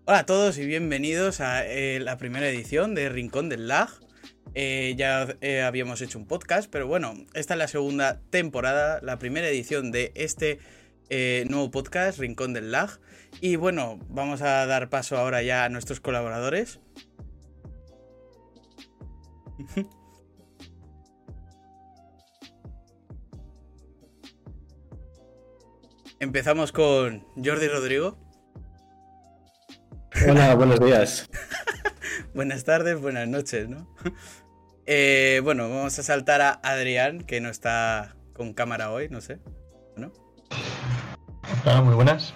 Hola a todos y bienvenidos a la primera edición de Rincón del Lag. Ya habíamos hecho un podcast, pero bueno, esta es la segunda temporada, la primera edición de este nuevo podcast, Rincón del Lag. Y bueno, vamos a dar paso ahora ya a nuestros colaboradores. Empezamos con Jordi Rodrigo. Hola, buenos días. Buenas tardes, buenas noches, ¿no? Bueno, vamos a saltar a Adrián, que no está con cámara hoy, no sé. ¿No? Hola, muy buenas.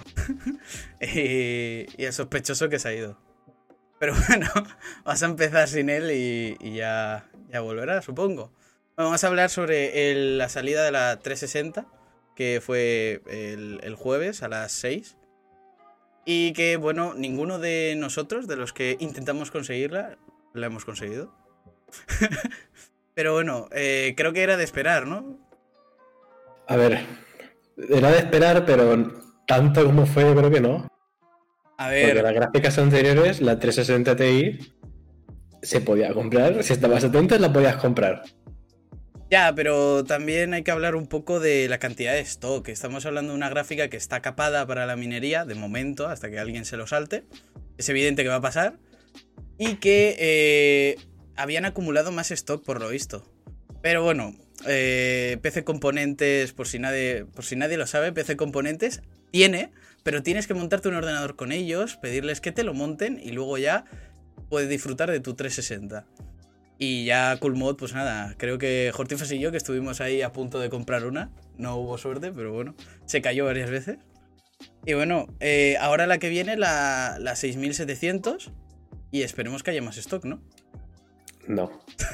Y el sospechoso que se ha ido. Pero bueno, vamos a empezar sin él y ya volverá, supongo. Bueno, vamos a hablar sobre la salida de la 360, que fue el jueves a las 6. Y que, bueno, ninguno de nosotros, de los que intentamos conseguirla, la hemos conseguido. Pero bueno, creo que era de esperar, ¿no? A ver, era de esperar, pero tanto como fue, yo creo que no. A ver. Porque las gráficas anteriores, la 360 Ti, se podía comprar. Si estabas atento, la podías comprar. Ya, pero también hay que hablar un poco de la cantidad de stock. Estamos hablando de una gráfica que está capada para la minería, de momento, hasta que alguien se lo salte. Es evidente que va a pasar. Y que habían acumulado más stock, por lo visto. Pero bueno, PC Componentes, por si nadie lo sabe, PC Componentes tiene, pero tienes que montarte un ordenador con ellos, pedirles que te lo monten y luego ya puedes disfrutar de tu 360. Y ya Coolmod, pues nada, creo que Hortifas y yo, que estuvimos ahí a punto de comprar una, no hubo suerte, pero bueno, se cayó varias veces. Y bueno, ahora la que viene, la 6700, y esperemos que haya más stock, ¿no? No.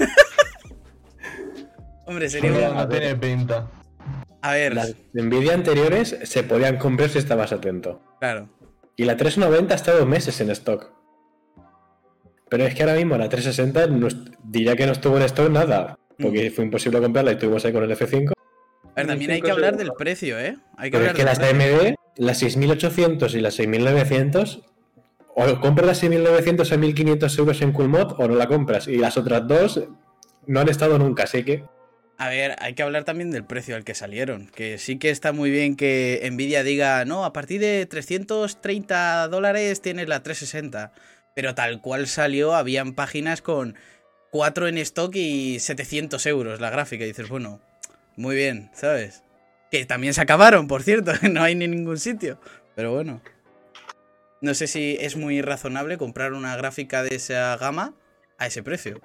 Hombre, sería... Ya no tiene pinta. A ver... Las Nvidia anteriores se podían comprar si estabas atento. Claro. Y la 390 ha estado meses en stock. Pero es que ahora mismo la 360 diría que no estuvo en stock nada. Porque fue imposible comprarla y estuvimos ahí con el F5. A ver, también hay que hablar del precio, ¿eh? Hay que Pero hablar es que las de AMD, las 6800 y las 6900, o compras las 6900 a 1500 euros en Coolmod o no la compras. Y las otras dos no han estado nunca, así que... A ver, hay que hablar también del precio al que salieron. Que sí que está muy bien que Nvidia diga, no, a partir de $330 tienes la 360. Pero tal cual salió, habían páginas con 4 en stock y 700 euros la gráfica. Y dices, bueno, muy bien, ¿sabes? Que también se acabaron, por cierto, no hay ni en ningún sitio. Pero bueno. No sé si es muy razonable comprar una gráfica de esa gama a ese precio.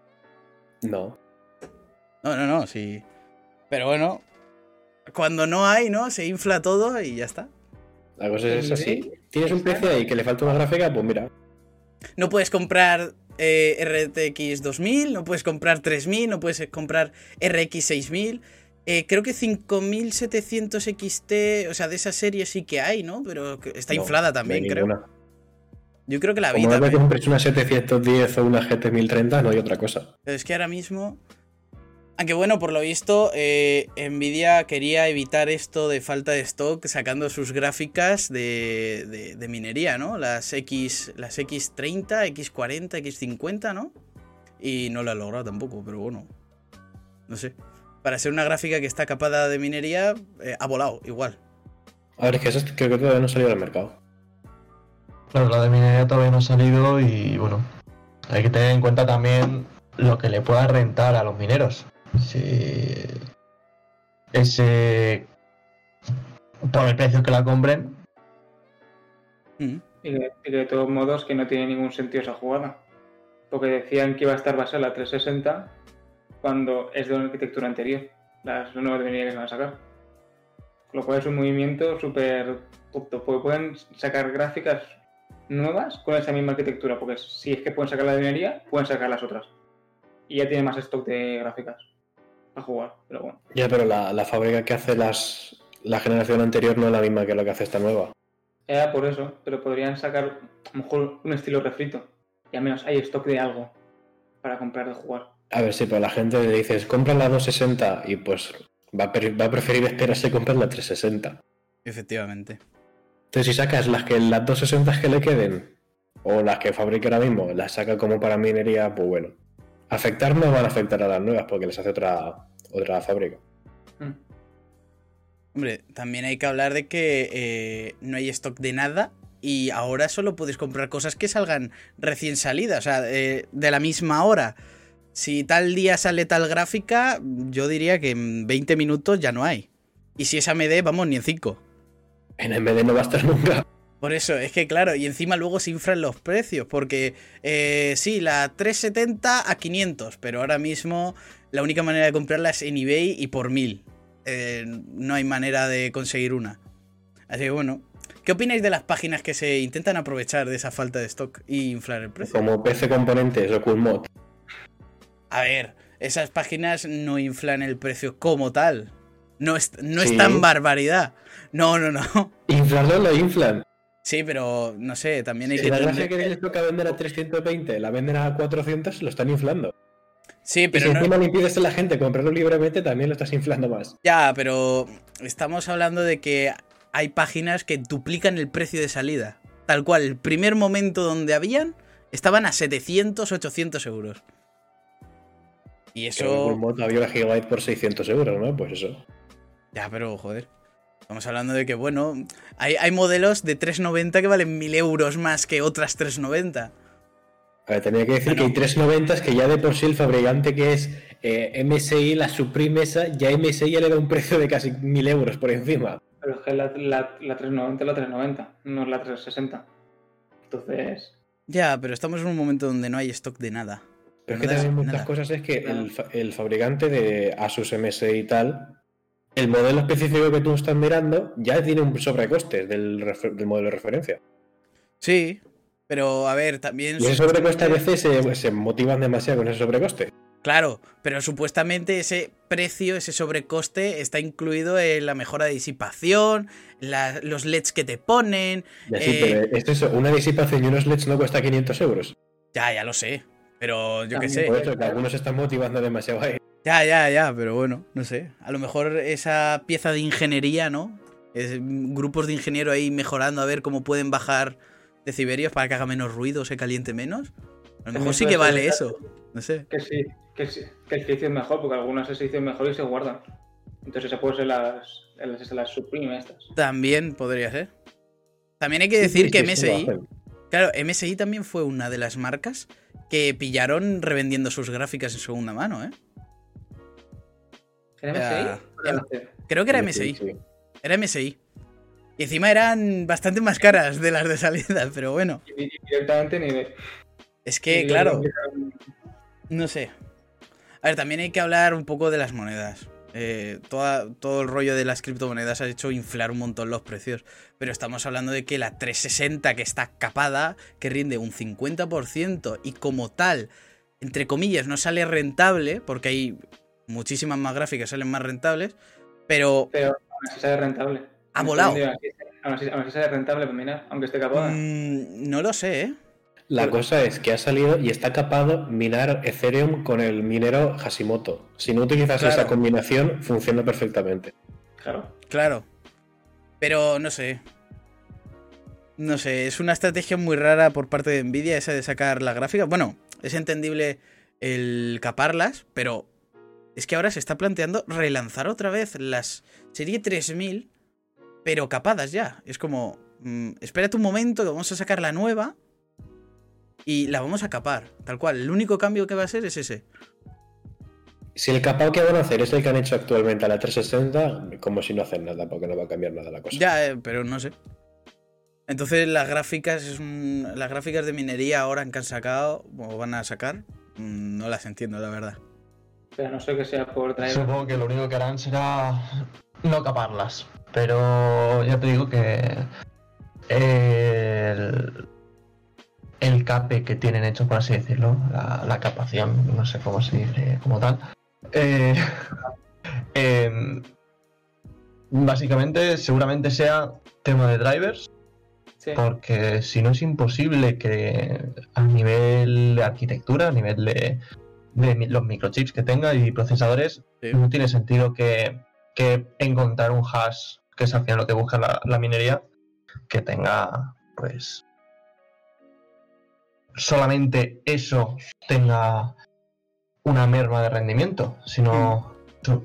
No. No, sí. Pero bueno, cuando no hay, ¿no? Se infla todo y ya está. La cosa es así. Tienes un precio ahí que le falta una gráfica, pues mira. No puedes comprar RTX 2000, no puedes comprar 3000, no puedes comprar RX 6000. Creo que 5700 XT, o sea, de esa serie sí que hay, ¿no? Pero está inflada también, creo. Ninguna. Yo creo que la vi Como no te también. compres una 710 o una GT 1030, no hay otra cosa. Pero es que ahora mismo... Aunque bueno, por lo visto, Nvidia quería evitar esto de falta de stock sacando sus gráficas de minería, ¿no? Las X30, X40, X50, ¿no? Y no lo ha logrado tampoco, pero bueno. No sé. Para ser una gráfica que está capada de minería, ha volado, igual. A ver, es que eso creo que todavía no salió al mercado. Claro, la de minería todavía no ha salido y bueno, hay que tener en cuenta también lo que le pueda rentar a los mineros. Si ese por el precio que la compren. Y de todos modos que no tiene ningún sentido esa jugada. Porque decían que iba a estar basada en la 360 cuando es de una arquitectura anterior. Las nuevas de minería que se van a sacar. Con lo cual es un movimiento súper tonto. Porque pueden sacar gráficas nuevas con esa misma arquitectura. Porque si es que pueden sacar la de minería, pueden sacar las otras. Y ya tiene más stock de gráficas a jugar, pero bueno. Ya, pero la fábrica que hace la generación anterior no es la misma que la que hace esta nueva. Era por eso, pero podrían sacar a lo mejor un estilo refrito. Y al menos hay stock de algo para comprar de jugar. A ver, sí, pero la gente le dices, compra la 260 y pues va a preferir esperarse y comprar la 360. Efectivamente. Entonces si sacas las 260 que le queden o las que fabrica ahora mismo, las saca como para minería, pues bueno. Afectar no van a afectar a las nuevas porque les hace otra fábrica. Hombre, también hay que hablar de que no hay stock de nada y ahora solo puedes comprar cosas que salgan recién salidas, o sea, de la misma hora. Si tal día sale tal gráfica, yo diría que en 20 minutos ya no hay. Y si es AMD, vamos, ni en 5. En AMD no va a estar nunca. Por eso, es que claro, y encima luego se inflan los precios, porque sí, la 370 a 500, pero ahora mismo la única manera de comprarla es en eBay y por 1000. No hay manera de conseguir una. Así que bueno, ¿qué opináis de las páginas que se intentan aprovechar de esa falta de stock y inflar el precio? Como PC Componentes o Coolmod. A ver, esas páginas no inflan el precio como tal. No es Sí. tan barbaridad. No. Inflarlo lo inflan. Sí, pero no sé, también hay Si que la entender... gráfica que les toca vender a 320 la venden a 400, lo están inflando. Sí, Y pero si no... encima le impides a la gente comprarlo libremente, también lo estás inflando más. Ya, pero estamos hablando de que hay páginas que duplican el precio de salida. Tal cual, el primer momento donde habían, estaban a 700, 800 euros. Y Pero en eso... Coolmod había una Gigabyte por 600 euros, ¿no? Pues eso. Ya, pero joder. Estamos hablando de que, bueno, hay modelos de 390 que valen 1000 euros más que otras 390. A ver, tenía que decir Bueno. que hay 390 que ya de por sí el fabricante que es MSI la Supreme esa, ya MSI ya le da un precio de casi 1000 euros por encima. Pero es que la 390 es la 390, no es la 360. Entonces, Ya, pero estamos en un momento donde no hay stock de nada. Pero es que Nada, también muchas nada. cosas es que Nada. el fabricante de Asus MSI y tal, el modelo específico que tú estás mirando ya tiene un sobrecoste del modelo de referencia. Sí, pero a ver, también... Y ese sobrecoste a supuestamente- veces se motivan demasiado con ese sobrecoste. Claro, pero supuestamente ese precio, ese sobrecoste, está incluido en la mejora de disipación, los LEDs que te ponen... Y así, pero es eso, una disipación y unos LEDs no cuesta 500 euros. Ya lo sé, pero yo qué También sé. Por eso que algunos se están motivando demasiado ahí. Ya, pero bueno, no sé. A lo mejor esa pieza de ingeniería, ¿no? Grupos de ingeniero ahí mejorando a ver cómo pueden bajar decibelios para que haga menos ruido, se caliente menos. A lo mejor También sí que puede vale ser eso. No sé. que sí, que el sitio es mejor, porque algunas se dicen mejor y se guardan. Entonces esas pueden ser las Supreme estas. También podría ser. También hay que decir que Sí, sí, lo MSI, hacen. claro, MSI también fue una de las marcas que pillaron revendiendo sus gráficas en segunda mano, ¿eh? ¿En Ya. MSI? Creo que era Sí, MSI. sí. Era MSI. Y encima eran bastante más caras de las de salida, pero bueno. Y directamente ni de... Es que, claro, no sé. A ver, también hay que hablar un poco de las monedas. Todo el rollo de las criptomonedas ha hecho inflar un montón los precios. Pero estamos hablando de que la 360, que está capada, que rinde un 50% y como tal, entre comillas, no sale rentable, porque hay muchísimas más gráficas que salen más rentables, pero Pero aún así sale rentable. ha volado. Aún así sale rentable para minar, aunque esté capada. No lo sé, ¿eh? La cosa es que ha salido y está capado minar Ethereum con el minero Hashimoto. Si no utilizas Claro. esa combinación, funciona perfectamente. Claro. Claro. Pero no sé. No sé, es una estrategia muy rara por parte de Nvidia esa de sacar la gráfica. Bueno, es entendible el caparlas, pero es que ahora se está planteando relanzar otra vez las serie 3000, pero capadas ya. Es como, espérate un momento que vamos a sacar la nueva y la vamos a capar, tal cual. El único cambio que va a ser es ese. Si el capao que van a hacer es el que han hecho actualmente a la 360, como si no hacen nada, porque no va a cambiar nada la cosa. Ya, pero no sé. Entonces las gráficas las gráficas de minería ahora que han sacado o van a sacar, no las entiendo, la verdad. Pero no sé que sea por traer. Supongo que lo único que harán será no caparlas. Pero ya te digo que el cape que tienen hecho, por así decirlo, la capación, no sé cómo se dice como tal, básicamente seguramente sea tema de drivers, Sí. porque si no es imposible que a nivel de arquitectura, a nivel de los microchips que tenga y procesadores, Sí. no tiene sentido que encontrar un hash, que es al final lo que busca la minería, que tenga pues solamente eso tenga una merma de rendimiento, sino...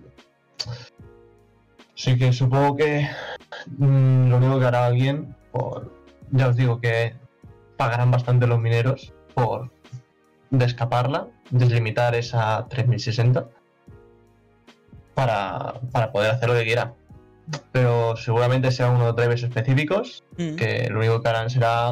Sí que supongo que lo único que hará alguien, ya os digo que pagarán bastante los mineros por descaparla, deslimitar esa 3060 para poder hacer lo que quiera. Pero seguramente sean unos drivers específicos que lo único que harán será,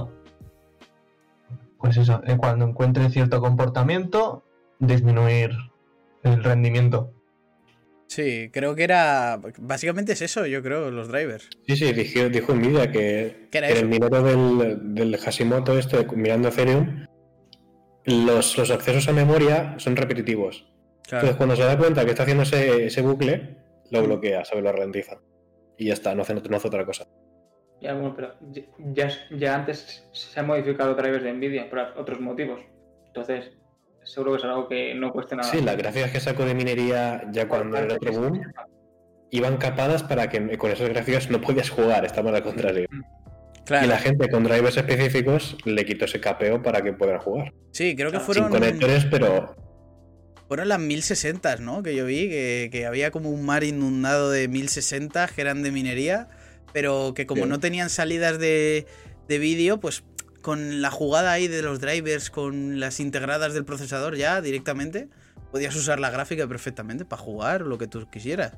pues eso, cuando encuentren cierto comportamiento, disminuir el rendimiento. Sí, creo que era... Básicamente es eso, yo creo, los drivers. Sí, dijo Nvidia que el minero del Hashimoto mirando Ethereum, los accesos a memoria son repetitivos. Claro. Entonces cuando se da cuenta que está haciendo ese bucle, lo bloquea, ¿sabes? Lo ralentiza. Y ya está, no hace otra cosa. Ya, bueno, pero ya antes se han modificado drivers de Nvidia por otros motivos. Entonces, seguro que es algo que no cueste nada. Sí, las gráficas que sacó de minería ya cuando era otro boom iban capadas para que con esas gráficas no podías jugar, estaban al contrario. Claro. Y la gente con drivers específicos le quitó ese capeo para que puedan jugar. Sí, creo que fueron... Sin conectores, pero... Fueron las 1060, ¿no? Que yo vi, que había como un mar inundado de 1060 que eran de minería, pero que como no tenían salidas de vídeo, pues con la jugada ahí de los drivers, con las integradas del procesador ya directamente, podías usar la gráfica perfectamente para jugar lo que tú quisieras.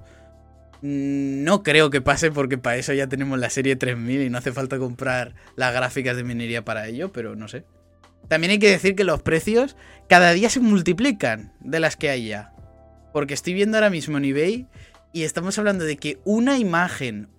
No creo que pase porque para eso ya tenemos la serie 3000 y no hace falta comprar las gráficas de minería para ello, pero no sé. También hay que decir que los precios cada día se multiplican de las que hay ya. Porque estoy viendo ahora mismo en eBay y estamos hablando de que una imagen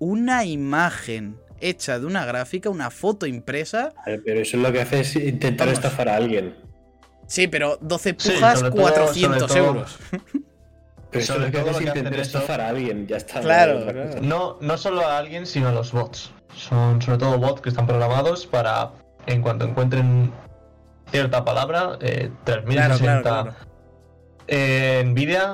hecha de una gráfica, una foto impresa... Pero eso es lo que hace es intentar estafar a alguien. Sí, pero 12 pujas, 400 euros. Pero eso es lo que hace es intentar estafar a alguien, ya está. Claro. No solo a alguien, sino a los bots. Son sobre todo bots que están programados para, en cuanto encuentren cierta palabra, 3060 claro. Nvidia,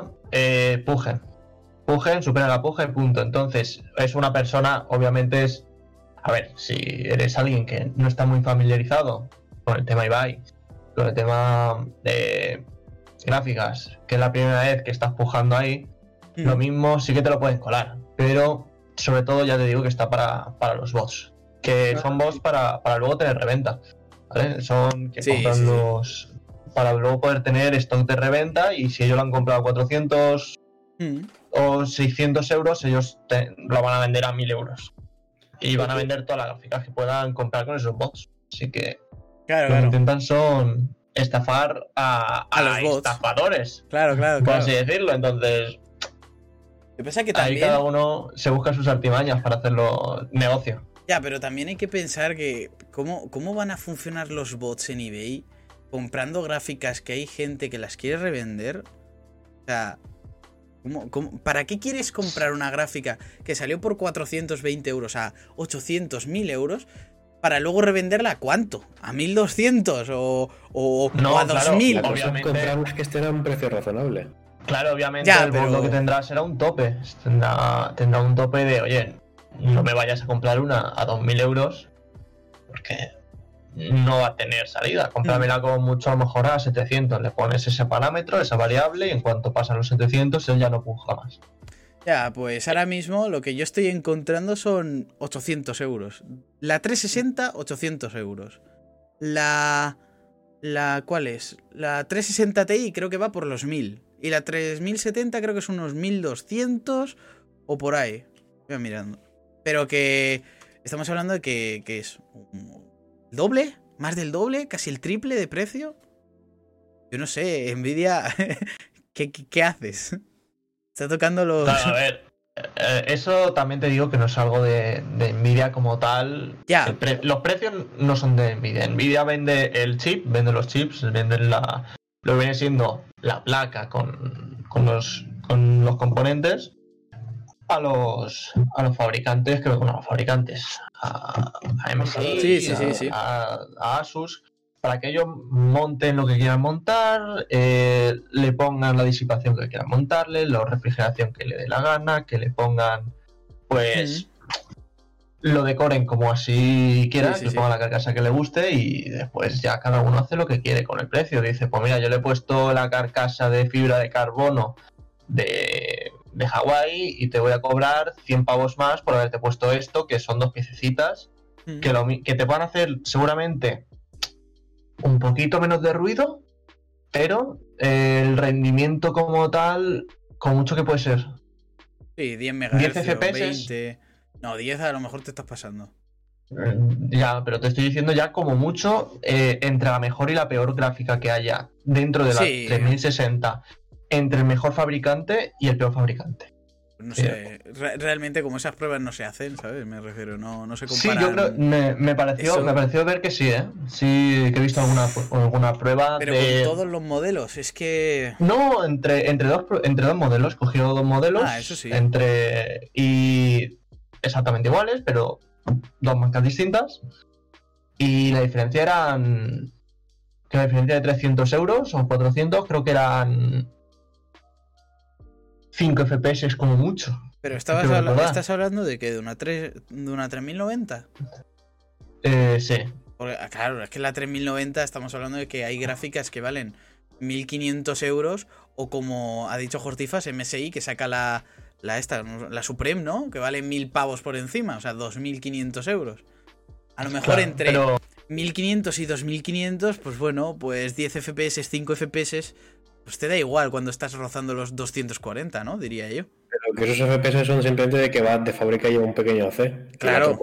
pujen, supera la puja y punto. Entonces, es una persona, obviamente es... A ver, si eres alguien que no está muy familiarizado con el tema eBay, con el tema de gráficas, que es la primera vez que estás pujando ahí, lo mismo sí que te lo pueden colar. Pero, sobre todo, ya te digo que está para los bots. Que son bots para luego tener reventa. ¿Vale? Son que compran los... para luego poder tener stock de reventa, y si ellos lo han comprado a 400 o 600 euros, ellos lo van a vender a 1000 euros. Y van a vender todas las gráficas que puedan comprar con esos bots. Así que lo que intentan son estafar a los bots. Estafadores. Claro. Por así decirlo. Entonces, yo pienso que también... ahí cada uno se busca sus artimañas para hacerlo negocio. Ya, pero también hay que pensar que ¿cómo van a funcionar los bots en eBay comprando gráficas que hay gente que las quiere revender? O sea, ¿para qué quieres comprar una gráfica que salió por 420 euros a 800, 1000 euros para luego revenderla a cuánto? ¿A 1200 o a 2000? Claro, obviamente comprar unas que estén a un precio razonable. Claro, obviamente el bot lo que tendrá será un tope. Tendrá un tope de, oye, no me vayas a comprar una a 2000 euros porque no va a tener salida. Cómpramela como mucho a lo mejor a 700. Le pones ese parámetro, esa variable, y en cuanto pasan los 700 él ya no puja más. Ya, pues ahora mismo lo que yo estoy encontrando son 800 euros. La 360, 800 euros. ¿Cuál es? La 360 Ti creo que va por los 1000. Y la 3070 creo que son unos 1200 o por ahí. Voy mirando. Pero que estamos hablando de que es ¿el doble? ¿Más del doble? ¿Casi el triple de precio? Yo no sé, Nvidia, ¿qué haces? Está tocando los... Claro, a ver, eso también te digo que no es algo de Nvidia como tal. Ya. Los precios no son de Nvidia. Nvidia vende el chip, vende los chips, vende lo que viene siendo la placa con los componentes a los fabricantes, a MSI, a Asus, para que ellos monten lo que quieran montar, le pongan la disipación que quieran montarle, la refrigeración que le dé la gana, que le pongan pues lo decoren como así quiera, que ponga la carcasa que le guste y después ya cada uno hace lo que quiere con el precio. Dice, pues mira, yo le he puesto la carcasa de fibra de carbono de Hawái y te voy a cobrar 100 pavos más por haberte puesto esto, que son 2 piececitas, que te van a hacer seguramente un poquito menos de ruido, pero el rendimiento como tal, con mucho que puede ser. Sí, 10 MHz, 10 FPS. 20... No, 10 a lo mejor te estás pasando. Ya, pero te estoy diciendo ya como mucho entre la mejor y la peor gráfica que haya dentro de la 3060, entre el mejor fabricante y el peor fabricante. No sé, realmente como esas pruebas no se hacen, ¿sabes? Me refiero, no se comparan. Sí, yo creo, me pareció ver que sí, ¿eh? Sí, que he visto alguna prueba. Pero con todos los modelos, es que... No, entre dos modelos, cogió 2 modelos. Eso sí. Y exactamente iguales, pero 2 marcas distintas. Y la diferencia eran... Que la diferencia de 300 euros o 400, creo que eran 5 FPS como mucho. Pero estás hablando de que de una 3090. Sí. Porque, claro, es que la 3090 estamos hablando de que hay gráficas que valen 1.500 euros o como ha dicho Jortifas, MSI que saca la Supreme, ¿no? Que vale 1.000 pavos por encima, o sea, 2.500 euros. A lo mejor entre 1.500 y 2.500, pues bueno, pues 10 FPS, 5 FPS, pues te da igual cuando estás rozando los 240, ¿no? Diría yo. Pero que esos FPS son simplemente de que va de fábrica y lleva un pequeño AC. Claro.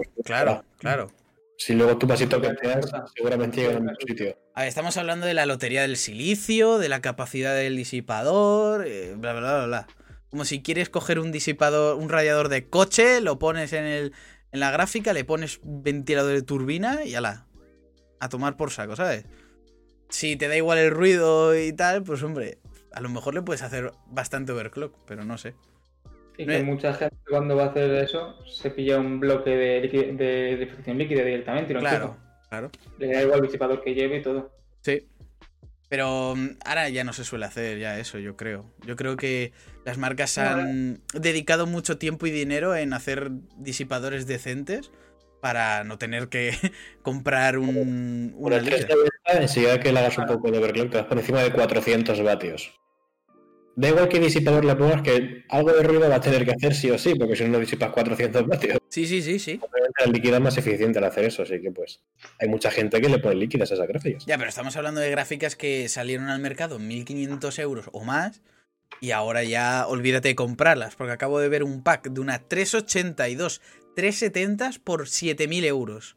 Si luego tú vas y toqueteas, seguramente llega al mismo sitio. A ver, estamos hablando de la lotería del silicio, de la capacidad del disipador, bla, bla, bla, bla. Como si quieres coger un disipador, un radiador de coche, lo pones en la gráfica, le pones ventilador de turbina y ala, a tomar por saco, ¿sabes? Si te da igual el ruido y tal, pues hombre, a lo mejor le puedes hacer bastante overclock, pero no sé. Y que mucha gente cuando va a hacer eso se pilla un bloque de refrigeración líquida directamente y lo claro. Le da igual el disipador que lleve y todo. Sí. Pero ahora ya no se suele hacer ya eso, yo creo. Yo creo que las marcas han dedicado mucho tiempo y dinero en hacer disipadores decentes para no tener que comprar una línea. Enseguida que le hagas un poco de overclock te vas por encima de 400 vatios. Da igual que disipador le pongas, que algo de ruido va a tener que hacer sí o sí, porque si no disipas 400 vatios. Sí. El líquido es más eficiente al hacer eso, así que pues hay mucha gente que le pone líquidas a esas gráficas. Ya, pero estamos hablando de gráficas que salieron al mercado en 1.500 euros o más y ahora ya olvídate de comprarlas, porque acabo de ver un pack de una 382 370 por 7.000 euros.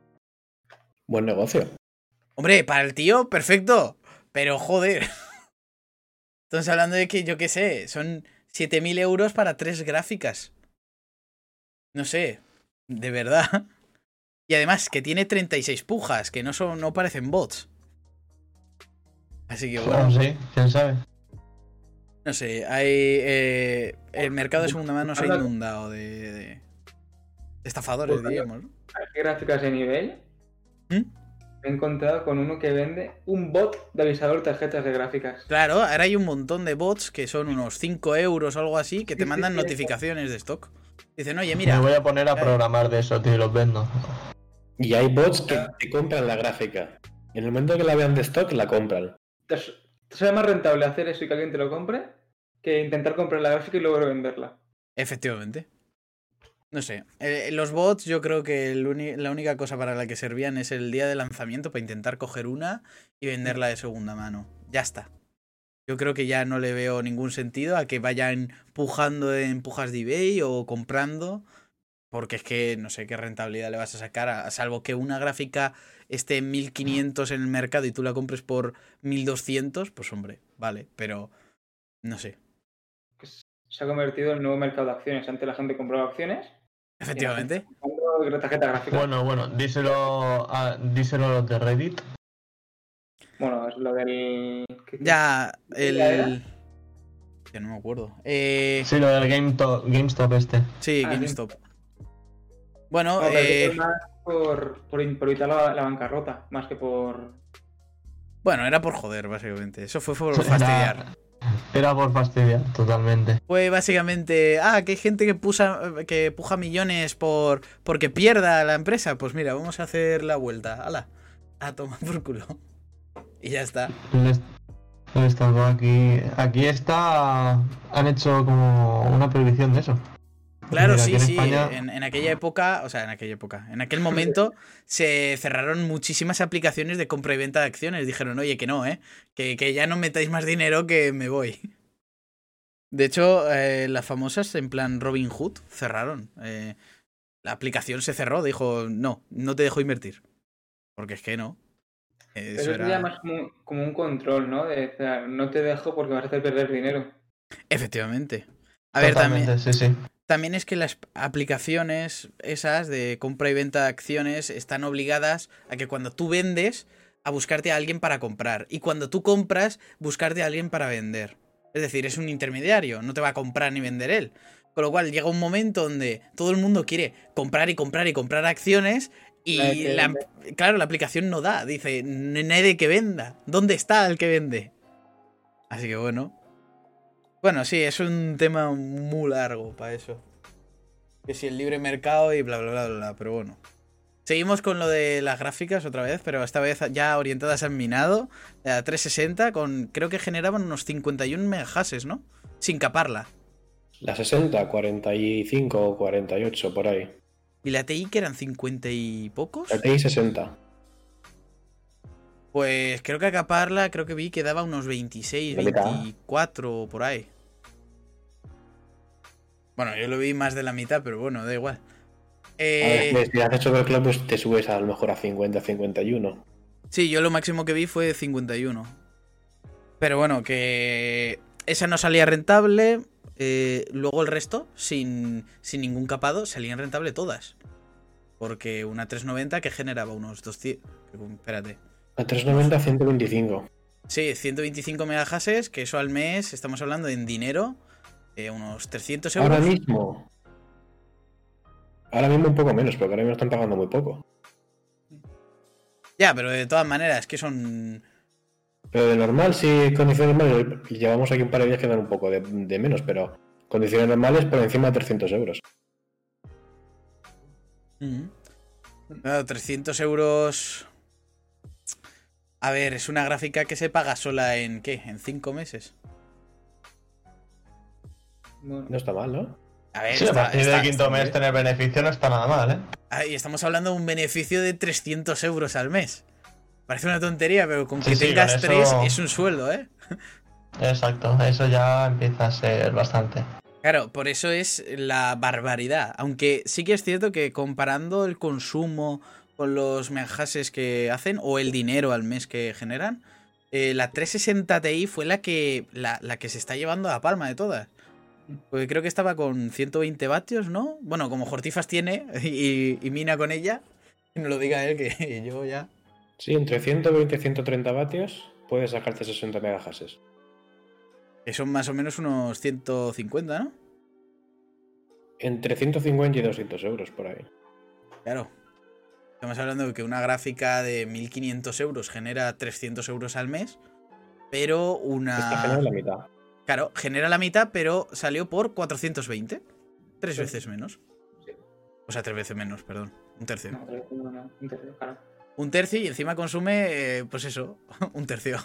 Buen negocio. Hombre, para el tío, perfecto, pero joder... Estamos hablando de que, yo qué sé, son 7.000 euros para 3 gráficas. No sé, de verdad. Y además, que tiene 36 pujas, que no parecen bots. Así que bueno. Sí, quién sabe. No sé, hay... el mercado de segunda mano se ha inundado de estafadores, diríamos, ¿no? ¿Qué gráficas de nivel? Me he encontrado con uno que vende un bot de avisador de tarjetas de gráficas. Claro, ahora hay un montón de bots que son unos 5 euros o algo así, que te mandan notificaciones de stock. Dicen, oye, mira... Me voy a poner a programar de eso, tío, y los vendo. Y hay bots que te compran la gráfica. En el momento que la vean de stock, la compran. ¿Te sale más rentable hacer eso y que alguien te lo compre que intentar comprar la gráfica y luego venderla? Efectivamente. No sé, los bots yo creo que la única cosa para la que servían es el día de lanzamiento para intentar coger una y venderla de segunda mano. Ya está. Yo creo que ya no le veo ningún sentido a que vayan pujando en pujas de eBay o comprando, porque es que no sé qué rentabilidad le vas a sacar, a salvo que una gráfica esté en 1.500 en el mercado y tú la compres por 1.200, pues hombre, vale, pero no sé. Se ha convertido en el nuevo mercado de acciones. Antes la gente compraba acciones. Efectivamente. Bueno, díselo a los de Reddit. Bueno, es lo del... Ya, el... Ya no me acuerdo. Sí, lo del GameStop este. Sí, GameStop. Bueno, es más por evitar la bancarrota, más que por... Bueno, era por joder, básicamente. Eso fue por fastidiar. Era por fastidiar, totalmente. Fue básicamente, que hay gente que puja millones porque pierda la empresa. Pues mira, vamos a hacer la vuelta. ¡Hala! A tomar por culo. Y ya está. Aquí está. Han hecho como una prohibición de eso. Claro, mira, sí. España... En aquella época, en aquel momento se cerraron muchísimas aplicaciones de compra y venta de acciones. Dijeron, oye, que no, que ya no metáis más dinero, que me voy. De hecho, las famosas, en plan Robin Hood, cerraron. La aplicación se cerró, dijo, no te dejo invertir. Porque es que no. Pero eso era más como un control, ¿no? De, o sea, no te dejo porque vas a hacer perder dinero. Efectivamente. A Totalmente, ver, sí. También es que las aplicaciones esas de compra y venta de acciones están obligadas a que cuando tú vendes, a buscarte a alguien para comprar. Y cuando tú compras, buscarte a alguien para vender. Es decir, es un intermediario, no te va a comprar ni vender él. Con lo cual llega un momento donde todo el mundo quiere comprar y comprar y comprar acciones y claro, la aplicación no da. Dice, nadie que venda. ¿Dónde está el que vende? Así que bueno. Bueno, sí, es un tema muy largo para eso. Que si el libre mercado y bla, bla, bla, bla, pero bueno. Seguimos con lo de las gráficas otra vez, pero esta vez ya orientadas al minado. A 360, creo que generaban unos 51 megahashes, ¿no? Sin caparla. La 60, 45 o 48, por ahí. ¿Y la TI que eran 50 y pocos? La TI 60. Pues creo que a caparla, creo que vi que daba unos 26, 24 por ahí. Bueno, yo lo vi más de la mitad, pero bueno, da igual. A ver, si haces overclock, pues te subes a lo mejor a 50, 51. Sí, yo lo máximo que vi fue 51. Pero bueno, que esa no salía rentable. Luego el resto, sin ningún capado, salían rentable todas. Porque una 390 que generaba unos 200... Espérate. A 390, 125. Sí, 125 megahashes, que eso al mes, estamos hablando en dinero, unos 300 euros. Ahora mismo un poco menos, porque ahora mismo están pagando muy poco. Ya, pero de todas maneras, que son... Pero de normal, sí, condiciones normales, llevamos aquí un par de días que dan un poco de menos, pero condiciones normales por encima de 300 euros. Claro, 300 euros... A ver, es una gráfica que se paga sola en, ¿qué? ¿En 5 meses? No está mal, ¿no? A ver, sí, a partir del quinto mes tener beneficio no está nada mal, Y estamos hablando de un beneficio de 300 euros al mes. Parece una tontería, pero con que tengas con 3 es un sueldo, Exacto, eso ya empieza a ser bastante. Claro, por eso es la barbaridad. Aunque sí que es cierto que comparando el consumo con los megahashes que hacen o el dinero al mes que generan, la 360 Ti fue la que se está llevando a palma de todas. Porque creo que estaba con 120 vatios, ¿no? Bueno, como Jortifas tiene y mina con ella, que no lo diga él, que yo ya... Sí, entre 120 y 130 vatios puedes sacarte 60 megahashes. Que son más o menos unos 150, ¿no? Entre 150 y 200 euros por ahí. Claro. Estamos hablando de que una gráfica de 1.500 euros genera 300 euros al mes, pero una... Esta genera la mitad. Claro, genera la mitad, pero salió por 420. 3 veces menos. Sí. O sea, 3 veces menos, perdón. Un tercio. No, un tercio, claro. Un tercio y encima consume, pues eso, un tercio.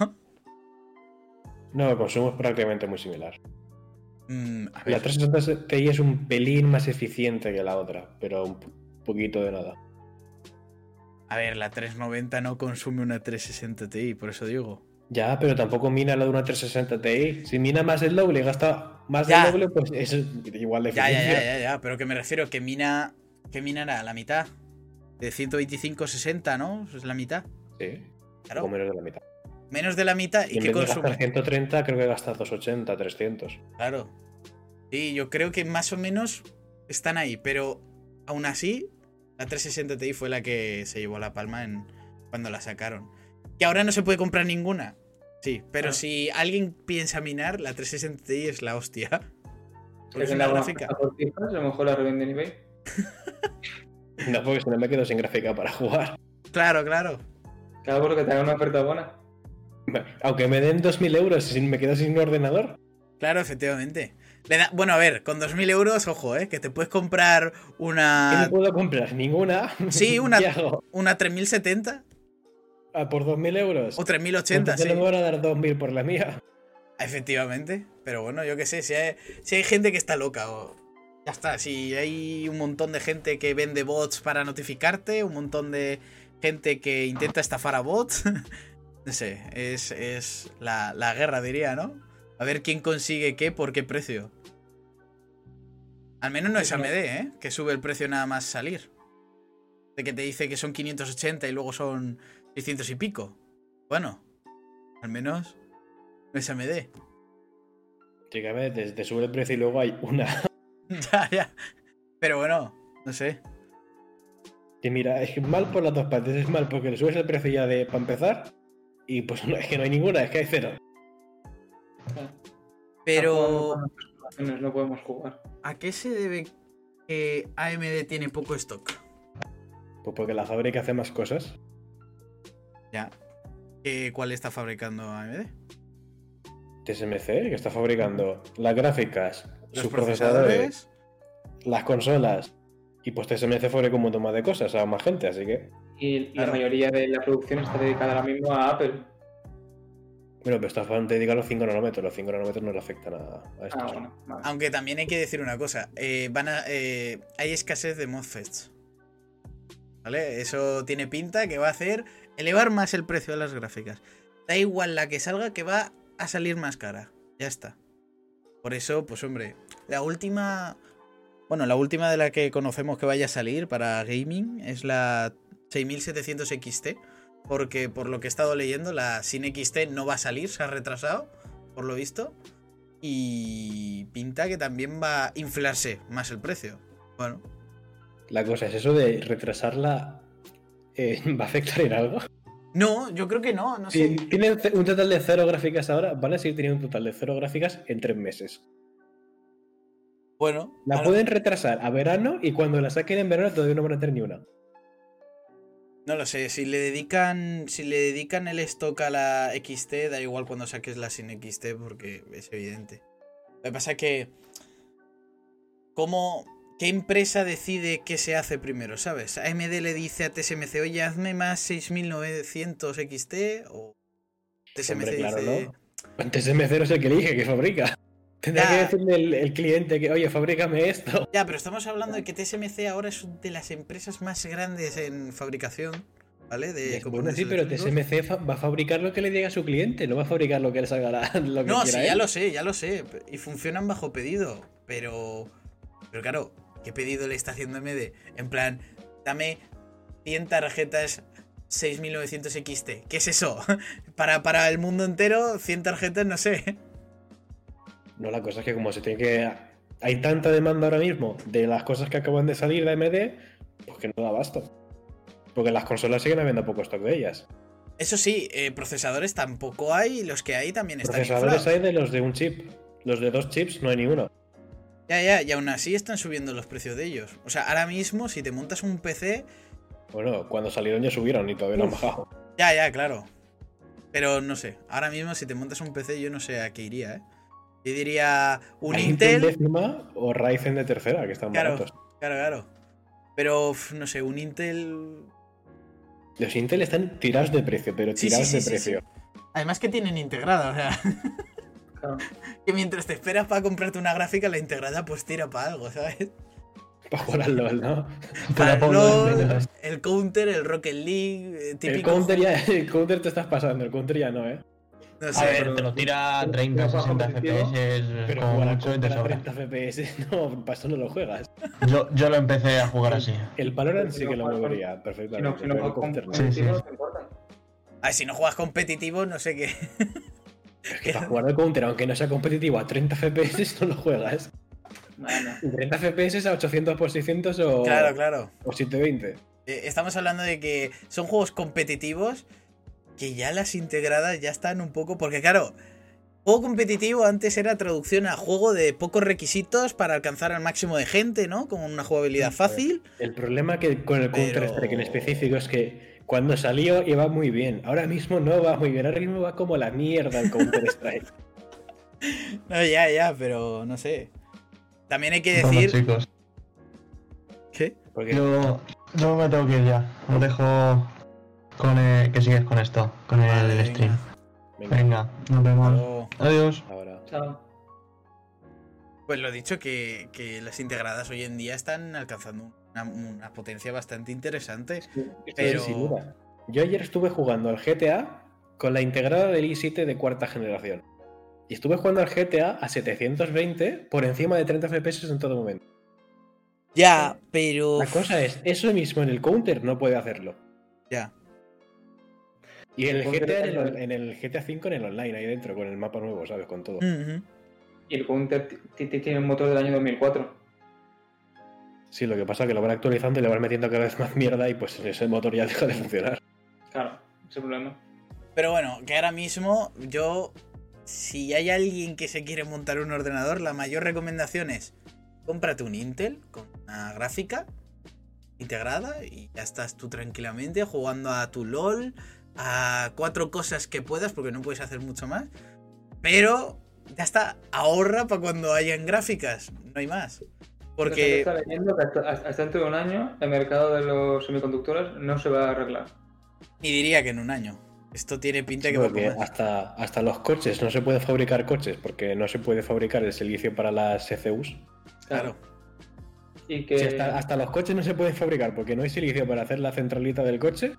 No, el consumo es prácticamente muy similar. A ver. La 360 Ti es un pelín más eficiente que la otra, pero un poquito de nada. A ver, la 390 no consume una 360 Ti, por eso digo. Ya, pero tampoco mina la de una 360 Ti. Si mina más el doble y gasta más del doble, pues es igual de eficiencia. Ya, pero que me refiero que minará la mitad. De 125 60, ¿no? Es la mitad. Sí, claro. O menos de la mitad. Menos de la mitad y que consume. Gastar 130, creo que gasta 280, 300. Claro. Sí, yo creo que más o menos están ahí, pero aún así, la 360 Ti fue la que se llevó la palma cuando la sacaron. Que ahora no se puede comprar ninguna. Sí, pero si alguien piensa minar, la 360 Ti es la hostia. Porque es una gráfica. A lo mejor la revenden en eBay. No, porque si no me quedo sin gráfica para jugar. Claro. Claro, porque te hagan una oferta buena. Aunque me den 2.000 euros y me quedo sin un ordenador. Claro, efectivamente. Bueno, a ver, con 2.000 euros, ojo, que te puedes comprar una... ¿Qué no puedo comprar? ¿Ninguna? Sí, una 3070. ¿Por 2.000 euros? O 3080, sí. No me van a dar 2.000 por la mía. Efectivamente. Pero bueno, yo qué sé, si hay gente que está loca o... Ya está, si hay un montón de gente que vende bots para notificarte, un montón de gente que intenta estafar a bots. No sé, es la guerra, diría, ¿no? A ver quién consigue qué por qué precio. Al menos no es AMD, que sube el precio nada más salir. De que te dice que son 580 y luego son 600 y pico. Bueno, al menos no es AMD. Sí, que a veces te sube el precio y luego hay una. Ya. Pero bueno, no sé. Que mira, es mal por las dos partes. Es mal porque le subes el precio ya para empezar. Y pues no, es que no hay ninguna, es que hay cero. Pero... No podemos jugar. ¿A qué se debe que AMD tiene poco stock? Pues porque la fábrica hace más cosas. Ya. ¿Cuál está fabricando AMD? TSMC, que está fabricando las gráficas, los sus procesadores, las consolas. Y pues TSMC fabrica un montón más de cosas a más gente, así que... Y la mayoría de la producción está dedicada ahora mismo a Apple. Bueno, pero está dedicado a los 5 nanómetros. Los 5 nanómetros no le afectan a esto. Bueno, vale. Aunque también hay que decir una cosa. Hay escasez de MOSFETs. ¿Vale? Eso tiene pinta que va a hacer elevar más el precio de las gráficas. Da igual la que salga, que va a salir más cara. Ya está. Por eso, pues hombre, la última de la que conocemos que vaya a salir para gaming es la 6700 XT. Porque por lo que he estado leyendo, la sin XT no va a salir, se ha retrasado, por lo visto. Y pinta que también va a inflarse más el precio. Bueno. La cosa es eso de retrasarla. ¿Va a afectar en algo? No, yo creo que no sé. Si tienen un total de 0 gráficas ahora, van a seguir teniendo un total de 0 gráficas en 3 meses. Bueno. La pueden retrasar a verano y cuando la saquen en verano todavía no van a tener ni una. No lo sé, si le dedican el stock a la XT, da igual cuando saques la sin XT porque es evidente. Lo que pasa es que... ¿Qué empresa decide qué se hace primero, sabes? AMD le dice a TSMC, oye, hazme más 6900 XT o TSMC Hombre, claro, dice... ¿no? TSMC no es el que elige, que fabrica. Tendrá que decirle el cliente que, oye, fabrícame esto. Ya, pero estamos hablando de que TSMC ahora es una de las empresas más grandes en fabricación, ¿vale? Bueno, sí, pero TSMC va a fabricar lo que le diga a su cliente, no va a fabricar lo que le salga lo que no, quiera. No, sí, ya lo sé. Y funcionan bajo pedido. Pero claro, ¿qué pedido le está haciendo AMD? En plan, dame 100 tarjetas 6900 XT. ¿Qué es eso? Para el mundo entero, 100 tarjetas, no sé. No, la cosa es que como se tiene que... Hay tanta demanda ahora mismo de las cosas que acaban de salir de AMD, pues que no da abasto. Porque las consolas siguen habiendo poco stock de ellas. Eso sí, procesadores tampoco hay, los que hay también están procesadores inflados. Hay de los de un chip. Los de 2 chips no hay ni uno. Ya, y aún así están subiendo los precios de ellos. O sea, ahora mismo, si te montas un PC... Bueno, cuando salieron ya subieron y todavía no han bajado. Ya, claro. Pero no sé, ahora mismo si te montas un PC yo no sé a qué iría, Yo diría un Intel décima o Ryzen de tercera, que están baratos. Claro. Pero, no sé, un Intel... Los Intel están tirados de precio, pero tirados de precio. Sí. Además que tienen integrada, o sea... Claro. Que mientras te esperas para comprarte una gráfica, la integrada pues tira para algo, ¿sabes? Para jugar al LoL, ¿no? Para el LoL, el Counter, el Rocket League, típico... El Counter te estás pasando, el Counter ya no, No sé, a ver, te lo tira 30, 60 FPS. Pero jugar a 30 FPS, no, para eso no lo juegas. Yo lo empecé a jugar así. El Valorant sí que lo movería perfectamente. Si no juegas competitivo, no te importa. A ver, si no juegas competitivo, no sé qué. Es que para jugar al Counter, aunque no sea competitivo, a 30 FPS no lo juegas. Bueno. 30 FPS a 800 por 600 o... Claro. O 720. Estamos hablando de que son juegos competitivos que ya las integradas ya están un poco... Porque claro, juego competitivo antes era traducción a juego de pocos requisitos para alcanzar al máximo de gente, ¿no? Con una jugabilidad fácil. El problema que con el Counter-Strike en específico es que cuando salió iba muy bien. Ahora mismo no va muy bien. Ahora mismo va como la mierda el Counter-Strike. No, ya, pero no sé. También hay que decir... Bueno, chicos. ¿Qué? Yo me tengo que ir ya. Os dejo con que sigues con esto, con el stream. Venga, nos vemos. Adiós. Ahora. Chao. Pues lo dicho, que las integradas hoy en día están alcanzando una potencia bastante interesante. Sí, pero... sí, mira. Yo ayer estuve jugando al GTA con la integrada del i7 de cuarta generación. Y estuve jugando al GTA a 720 por encima de 30 FPS en todo momento. Ya, pero... La cosa es, eso mismo en el Counter no puede hacerlo. Ya. Y en el GTA, en el GTA V en el online, ahí dentro, con el mapa nuevo, ¿sabes? Con todo. Y el Counter tiene un motor del año 2004. Sí, lo que pasa es que lo van actualizando y le van metiendo cada vez más mierda y pues ese motor ya deja de funcionar. Claro, ese problema. Pero bueno, que ahora mismo si hay alguien que se quiere montar un ordenador, la mayor recomendación es cómprate un Intel con una gráfica integrada y ya estás tú tranquilamente jugando a tu LOL, a 4 cosas que puedas, porque no puedes hacer mucho más. Pero ya está, ahorra para cuando hayan gráficas, no hay más. Porque está leyendo que hasta dentro de un año el mercado de los semiconductores no se va a arreglar. Ni diría que en un año. Esto tiene pinta que porque hasta los coches no se puede fabricar coches porque no se puede fabricar el silicio para las CCUs. Claro. Y que... Si hasta los coches no se pueden fabricar porque no hay silicio para hacer la centralita del coche.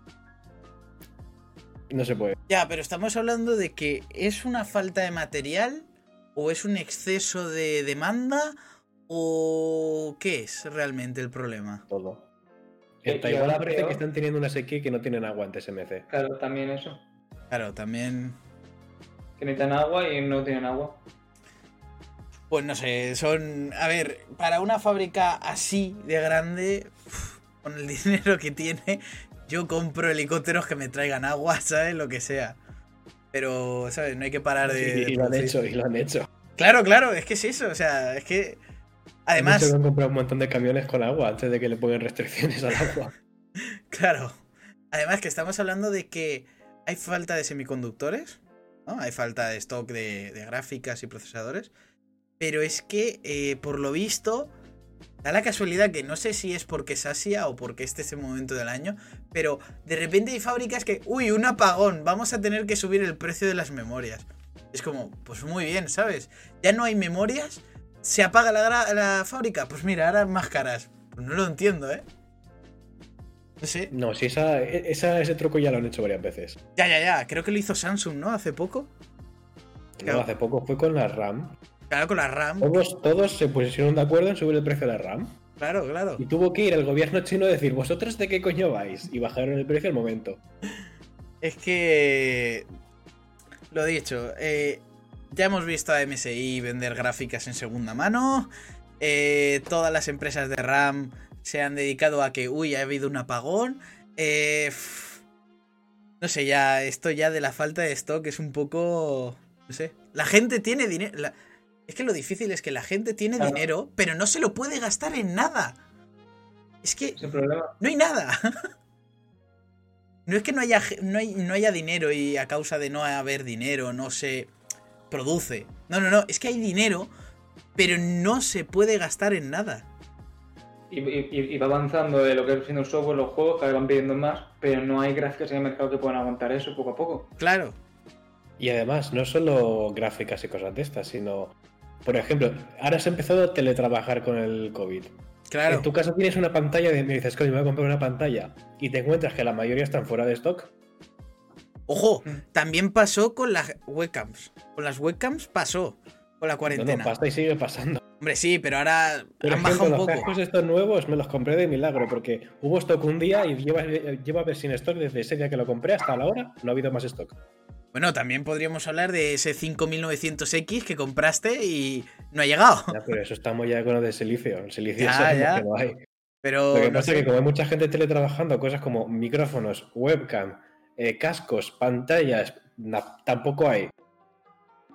No se puede. Ya, pero estamos hablando de que es una falta de material o es un exceso de demanda o ¿qué es realmente el problema? Todo. En Taiwán parece que están teniendo una sequía que no tienen agua en TSMC. Claro, también eso. Claro, también... Que necesitan agua y no tienen agua. Pues no sé, son... A ver, para una fábrica así de grande, con el dinero que tiene, yo compro helicópteros que me traigan agua, ¿sabes? Lo que sea. Pero, ¿sabes? No hay que parar de... Y lo han hecho. Claro, es que es eso, o sea, es que... Además... Han comprado un montón de camiones con agua antes de que le pongan restricciones al agua. Claro. Además que estamos hablando de que hay falta de semiconductores, ¿no? Hay falta de stock de gráficas y procesadores. Pero es que, por lo visto, da la casualidad que no sé si es porque es Asia o porque este es el momento del año, pero de repente hay fábricas que, uy, un apagón, vamos a tener que subir el precio de las memorias. Es como, pues muy bien, ¿sabes? Ya no hay memorias, se apaga la fábrica, pues mira, ahora más caras. Pues no lo entiendo, ¿eh? No sé. No, si ese truco ya lo han hecho varias veces. Ya. Creo que lo hizo Samsung, ¿no? Hace poco. No, hace poco fue con la RAM. Claro, con la RAM. Todos se pusieron de acuerdo en subir el precio de la RAM. Claro. Y tuvo que ir el gobierno chino a decir, ¿vosotros de qué coño vais? Y bajaron el precio al momento. Es que... Lo dicho, ya hemos visto a MSI vender gráficas en segunda mano. Todas las empresas de RAM se han dedicado a que, ha habido un apagón. No sé, ya esto ya de la falta de stock es un poco... No sé. La gente tiene dinero... Es que lo difícil es que la gente tiene dinero, pero no se lo puede gastar en nada. Es que no hay nada. No es que no haya dinero y a causa de no haber dinero no se produce. No. Es que hay dinero, pero no se puede gastar en nada. Y va avanzando de lo que es siendo el software, los juegos, cada vez van pidiendo más, pero no hay gráficas en el mercado que puedan aguantar eso poco a poco. Claro. Y además, no solo gráficas y cosas de estas, sino... Por ejemplo, ahora has empezado a teletrabajar con el COVID. Claro. En tu caso tienes una pantalla y me dices, coño, me voy a comprar una pantalla. Y te encuentras que la mayoría están fuera de stock. Ojo, también pasó con las webcams. Con las webcams pasó. Con la cuarentena. No, pasa y sigue pasando. Hombre, sí, pero ahora han bajado un poco. Los cascos estos nuevos me los compré de milagro, porque hubo stock un día y lleva a ver sin stock desde ese día que lo compré hasta la hora. No ha habido más stock. Bueno, también podríamos hablar de ese 5900X que compraste y no ha llegado. Ya, pero eso estamos ya con lo de silicio. El silicio ya. Que no hay. Pero lo que pasa es que como hay mucha gente teletrabajando, cosas como micrófonos, webcam, cascos, pantallas, tampoco hay.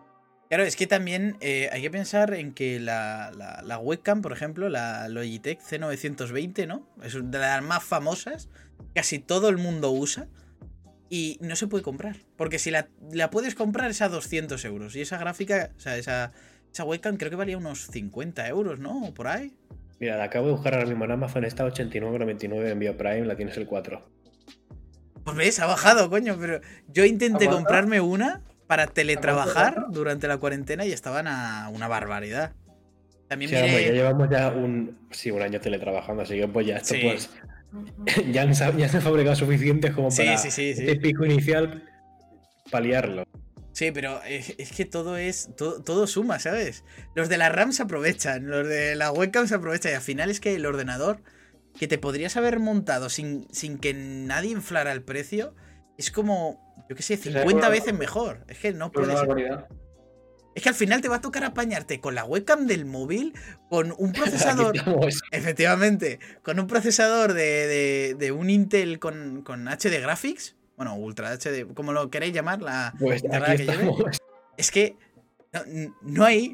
Claro, es que también hay que pensar en que la webcam, por ejemplo, la Logitech C920, ¿no? Es de las más famosas. Casi todo el mundo usa. Y no se puede comprar. Porque si la puedes comprar es a 200 euros. Y esa gráfica, o sea, esa webcam creo que valía unos 50 euros, ¿no? O por ahí. Mira, la acabo de buscar ahora mismo en Amazon. Está 89,99 de envío Prime. La tienes el 4. Pues ves, ha bajado, coño. Pero yo intenté comprarme una para teletrabajar durante la cuarentena y estaban a una barbaridad. También sí, miré... ya llevamos ya un año teletrabajando, así que pues ya esto pues... ya se han fabricado suficientes como para este pico inicial paliarlo. Sí, pero es que todo suma, ¿sabes? Los de la RAM se aprovechan, los de la webcam se aprovechan y al final es que el ordenador que te podrías haber montado sin que nadie inflara el precio es como... Yo qué sé, 50 veces mejor. Es que no puede ser. Es que al final te va a tocar apañarte con la webcam del móvil, con un procesador... Efectivamente, con un procesador de un Intel con HD Graphics. Bueno, Ultra HD, como lo queréis llamar, la pues aquí que lleve. Es que no hay.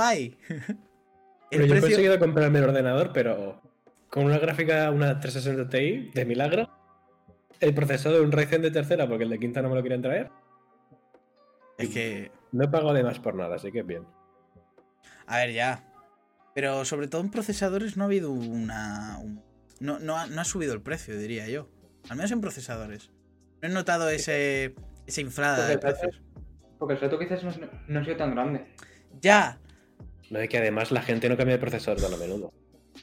Yo he conseguido comprarme el ordenador, pero con una gráfica, una 360 Ti de milagro. El procesador de un Ryzen de tercera, porque el de quinta no me lo quieren traer. Es que... No he pagado de más por nada, así que es bien. A ver, ya. Pero sobre todo en procesadores no ha habido No ha subido el precio, diría yo. Al menos en procesadores. No he notado esa inflada de precios. Porque el salto quizás no ha sido tan grande. Ya. No, es que además la gente no cambia de procesador tan a menudo.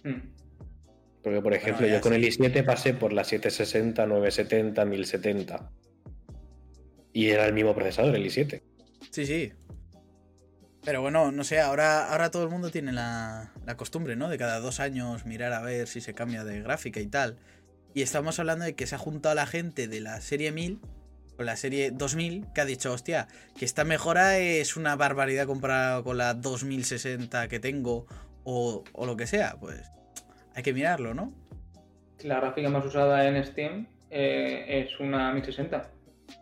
Porque, por ejemplo, yo con el i7 pasé por la 760, 970, 1070. Y era el mismo procesador, el i7. Sí. Pero bueno, no sé, ahora todo el mundo tiene la costumbre, ¿no? De cada 2 años mirar a ver si se cambia de gráfica y tal. Y estamos hablando de que se ha juntado la gente de la serie 1000 con la serie 2000, que ha dicho, hostia, que esta mejora es una barbaridad comparada con la 2060 que tengo o lo que sea, pues... Hay que mirarlo, ¿no? La gráfica más usada en Steam es una 1060.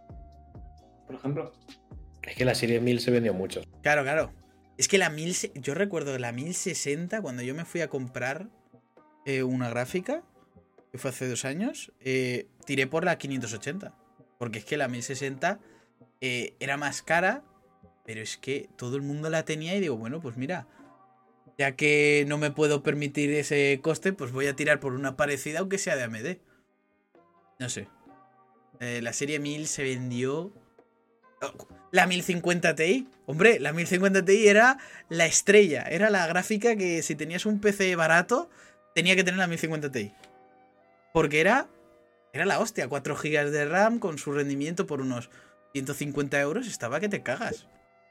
Por ejemplo. Es que la serie 1000 se vendió mucho. Claro. Es que yo recuerdo la 1060 cuando yo me fui a comprar una gráfica, que fue hace 2 años, tiré por la 580. Porque es que la 1060 era más cara, pero es que todo el mundo la tenía y digo, bueno, pues mira... Ya que no me puedo permitir ese coste, pues voy a tirar por una parecida, aunque sea de AMD. No sé. La serie 1000 se vendió... La 1050 Ti. Hombre, la 1050 Ti era la estrella. Era la gráfica que si tenías un PC barato, tenía que tener la 1050 Ti. Porque era la hostia. 4 GB de RAM con su rendimiento por unos 150 euros. Estaba que te cagas.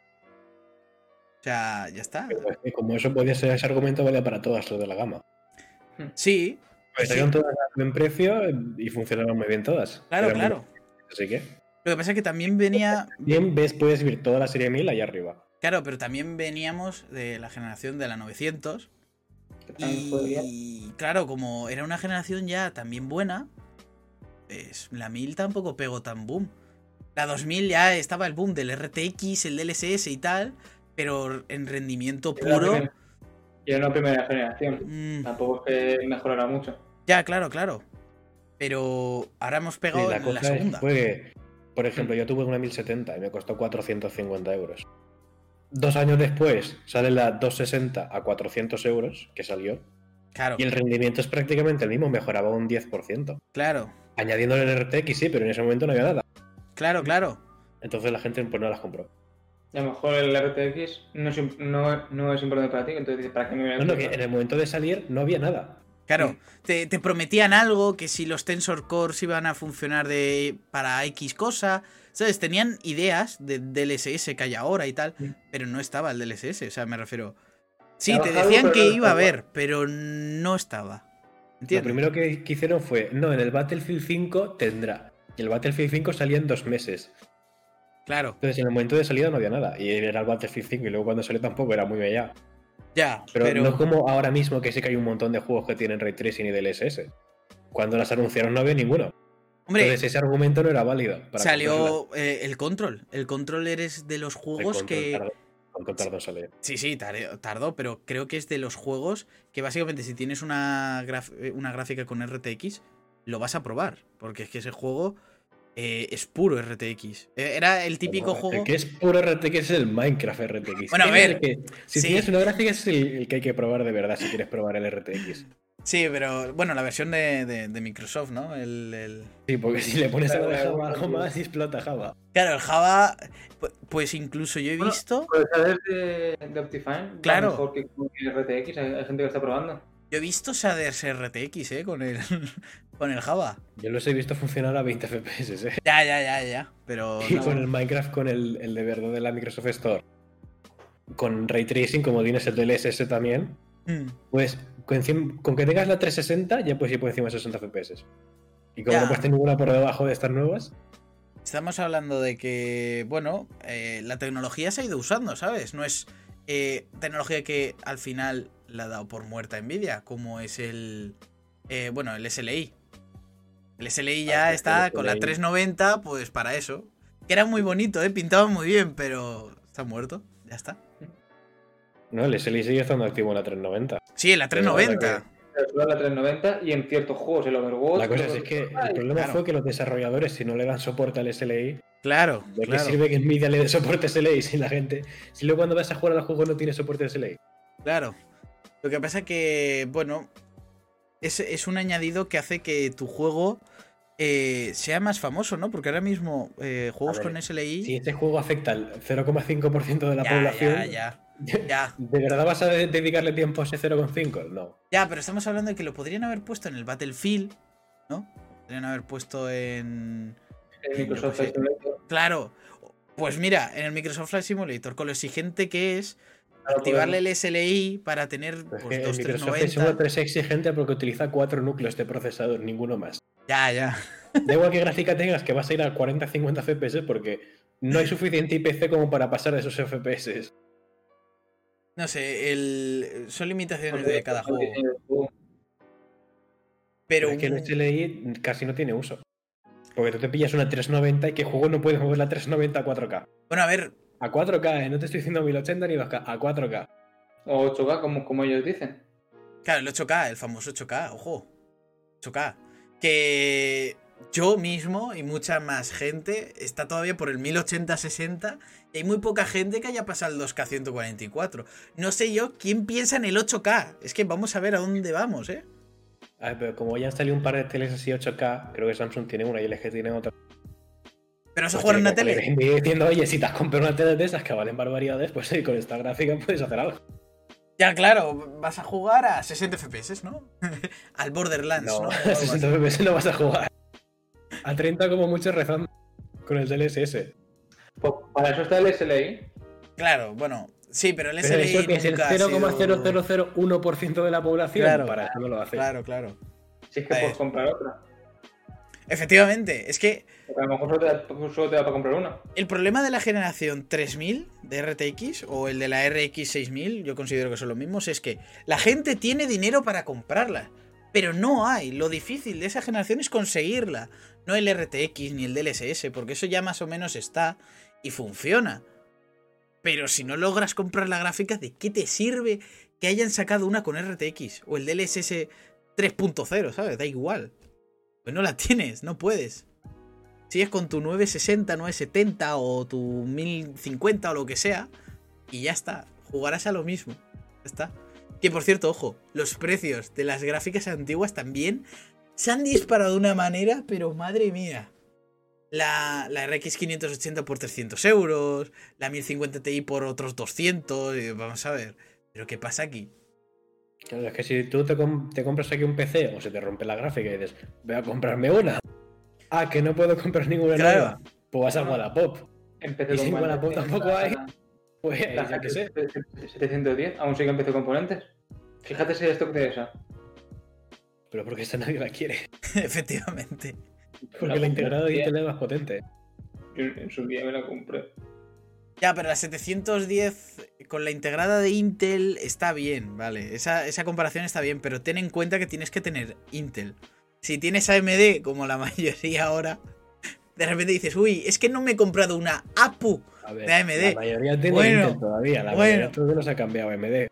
O sea, ya está. Pero es que como eso podía ser ese argumento, valía para todas lo de la gama. Sí. Pues salieron todas a buen precio y funcionaban muy bien todas. Claro. Así que... Lo que pasa es que también venía... Bien, puedes ver toda la serie 1000 allá arriba. Claro, pero también veníamos de la generación de la 900. Y claro, como era una generación ya también buena, pues la 1000 tampoco pegó tan boom. La 2000 ya estaba el boom del RTX, el DLSS y tal... Pero en rendimiento puro... Y era una primera generación. Tampoco es que mejorara mucho. Ya, claro. Pero ahora hemos pegado en la segunda. Fue, por ejemplo, yo tuve una 1070 y me costó 450 euros. 2 años después sale la 260 a 400 euros, que salió. Claro. Y el rendimiento es prácticamente el mismo, mejoraba un 10%. Claro. Añadiéndole el RTX, sí, pero en ese momento no había nada. Claro. Entonces la gente pues no las compró. Y a lo mejor el RTX no es importante para ti, entonces dices, ¿para qué me voy a No, que en el momento de salir no había nada. Claro, te prometían algo, que si los Tensor Cores iban a funcionar para X cosa, ¿sabes? Tenían ideas de DLSS que hay ahora y tal, pero no estaba el DLSS, o sea, me refiero... Sí, te decían que iba a haber, pero no estaba. ¿Entiendes? Lo primero que hicieron fue, no, en el Battlefield 5 tendrá. Y el Battlefield 5 salía en 2 meses. Claro. Entonces en el momento de salida no había nada. Y era el Battlefield 5 y luego cuando salió tampoco era muy allá. Ya, pero no como ahora mismo que sé que hay un montón de juegos que tienen Ray Tracing y DLSS. Cuando las anunciaron no había ninguno. Hombre, entonces ese argumento no era válido. Salió el Control. El Control eres de los juegos que... ¿Cuánto tardó en salir? Sí, tardó, pero creo que es de los juegos que básicamente si tienes una gráfica con RTX, lo vas a probar. Porque es que ese juego es puro RTX. Era el típico juego... El que es puro RTX es el Minecraft RTX. Bueno, a ver... Si tienes una gráfica es el que hay que probar de verdad si quieres probar el RTX. Sí, pero bueno, la versión de Microsoft, ¿no? Sí, porque si le pones algo de Java, algo más y explota Java. Claro, el Java, pues incluso yo he visto... Pues sabes de Optifine, claro. Mejor que RTX, hay gente que lo está probando. Yo he visto shaders RTX, con el Java. Yo los he visto funcionar a 20 FPS, Ya, pero... Y con el Minecraft, con el de verdad de la Microsoft Store, con Ray Tracing, como tienes el DLSS también, pues con que tengas la 360 ya puedes ir por encima de 60 FPS. Y como no puedes tener ninguna por debajo de estas nuevas... Estamos hablando de que, bueno, la tecnología se ha ido usando, ¿sabes? No es tecnología que al final la ha dado por muerta Nvidia, como es el SLI. El SLI ya está con la 390, pues para eso. Que era muy bonito, pintaba muy bien, pero está muerto, ya está. No, el SLI sigue estando activo en la 390. Sí, en la 390. Solo en la 390 y en ciertos juegos, el Overwatch... La cosa es que el problema fue que los desarrolladores, si no le dan soporte al SLI... Claro, ¿de qué sirve que Nvidia le dé soporte SLI si la gente... Si luego cuando vas a jugar al juego no tiene soporte SLI? Claro. Lo que pasa que, bueno, es un añadido que hace que tu juego sea más famoso, ¿no? Porque ahora mismo juegos con SLI... Si este juego afecta al 0,5% de la población... Ya. ¿De verdad vas a dedicarle tiempo a ese 0,5? No. Ya, pero estamos hablando de que lo podrían haber puesto en el Battlefield, ¿no? Podrían haber puesto en Microsoft Flight Simulator. Claro. Pues mira, en el Microsoft Flight Simulator, con lo exigente que es activarle el SLI para tener pues 2, 390. Microsoft Simulator es exigente porque utiliza 4 núcleos de procesador, ninguno más. Ya. Da igual qué gráfica tengas, que vas a ir a 40-50 FPS porque no hay suficiente IPC como para pasar de esos FPS. No sé, son limitaciones de cada juego. Pero es que el SLI casi no tiene uso. Porque tú te pillas una 390 y que juego no puedes mover la 390 a 4K. Bueno, a ver. A 4K, no te estoy diciendo 1080 ni 2K, a 4K. O 8K, como ellos dicen. Claro, el 8K, el famoso 8K, ojo. 8K. Que yo mismo y mucha más gente está todavía por el 1080-60 y hay muy poca gente que haya pasado el 2K 144. No sé yo quién piensa en el 8K. Es que vamos a ver a dónde vamos, A ver, pero como ya han salido un par de teles así 8K, creo que Samsung tiene una y LG tiene otra. ¿Pero se juega en una tele? Diciendo, oye, si te has comprado una tele de esas que valen barbaridades, pues con esta gráfica puedes hacer algo. Ya, claro, vas a jugar a 60 FPS, ¿no? Al Borderlands, ¿no? A 60 FPS no vas a jugar. A 30 como mucho rezando con el DLSS. Pues para eso está el SLI. Claro, bueno, sí, pero el SLI eso que es el 0,0001% de la población, claro, para eso no lo hace. Claro. Si es que puedes comprar otra. Efectivamente, es que... Porque a lo mejor solo te da para comprar una. El problema de la generación 3000 de RTX o el de la RX 6000, yo considero que son los mismos, es que la gente tiene dinero para comprarla, pero no hay. Lo difícil de esa generación es conseguirla. No el RTX ni el DLSS, porque eso ya más o menos está y funciona. Pero si no logras comprar la gráfica, ¿de qué te sirve que hayan sacado una con RTX o el DLSS 3.0, ¿sabes? Da igual. Pues no la tienes, no puedes. Sigues con tu 960, 970 o tu 1050 o lo que sea y ya está. Jugarás a lo mismo. Ya está. Que por cierto, ojo, los precios de las gráficas antiguas también se han disparado de una manera, pero madre mía. La RX 580 por 300 euros, la 1050 Ti por otros 200, vamos a ver. ¿Pero qué pasa aquí? Claro, es que si tú te compras aquí un PC o se te rompe la gráfica y dices, voy a comprarme una. Ah, que no puedo comprar ninguna nueva. Pues vas a Wallapop. Y si en Wallapop tampoco hay, pues ya que sé. 710, aún sigue en PC Componentes. Fíjate si hay stock de esa. Pero porque esta nadie la quiere. Efectivamente. Porque la integrada de Intel es más potente. Yo en su día me la compré. Ya, pero la 710 con la integrada de Intel está bien, vale. Esa comparación está bien, pero ten en cuenta que tienes que tener Intel. Si tienes AMD, como la mayoría ahora, de repente dices, uy, es que no me he comprado una APU A ver, de AMD. La mayoría tiene Intel todavía. La mayoría todavía no se ha cambiado a AMD.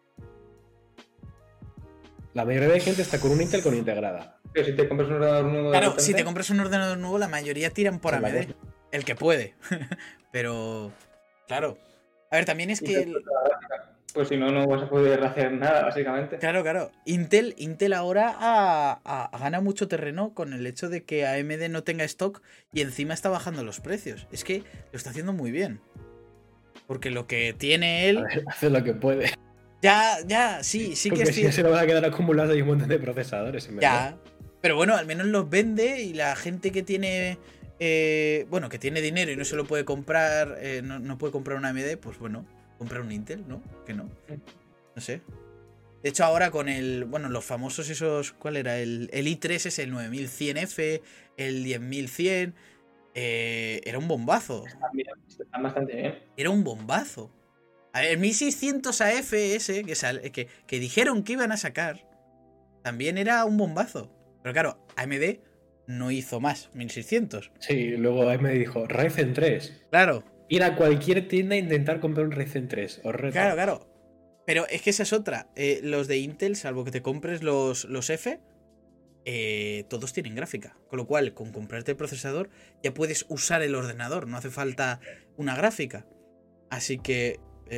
La mayoría de gente está con un Intel con integrada. Pero si te compras un ordenador nuevo... Claro, si te compras un ordenador nuevo, la mayoría tiran por AMD. El que puede. Pero, claro. A ver, también es que... Pues si no, no vas a poder hacer nada, básicamente. Claro. Intel ahora ha ganado mucho terreno con el hecho de que AMD no tenga stock y encima está bajando los precios. Es que lo está haciendo muy bien. Porque lo que tiene él... A ver, hace lo que puede. Ya, sí porque que es si se lo van a quedar acumulados y un montón de procesadores. Ya, pero bueno, al menos los vende y la gente que tiene... que tiene dinero y no se lo puede comprar, no puede comprar una AMD, pues bueno, comprar un Intel, ¿no? Que no. No sé. De hecho, ahora con los famosos esos, ¿cuál era? El i3 es el 9100F, el 10100, era un bombazo. Están bastante bien. Era un bombazo. A ver, el 1600 AFS que dijeron que iban a sacar, también era un bombazo. Pero claro, AMD no hizo más, 1600. Sí, luego AMD dijo, Ryzen 3. Claro. Ir a cualquier tienda e intentar comprar un Ryzen 3. Claro. Pero es que esa es otra. Los de Intel, salvo que te compres los F, todos tienen gráfica. Con lo cual, con comprarte el procesador, ya puedes usar el ordenador. No hace falta una gráfica. Así que...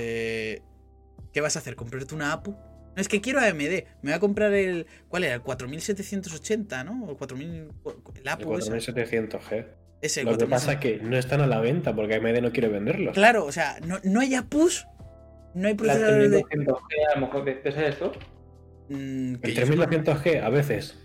¿qué vas a hacer? ¿Comprarte una APU? No, es que quiero AMD. Me voy a comprar el... ¿Cuál era? El 4780, ¿no? O el 4000... El APU. El 4700G. Ese, Lo que pasa es que no están a la venta porque AMD no quiere venderlos. Claro, o sea, no hay APUs. No hay procesadores de... 3200G a lo mejor de esto. El 3200G a veces.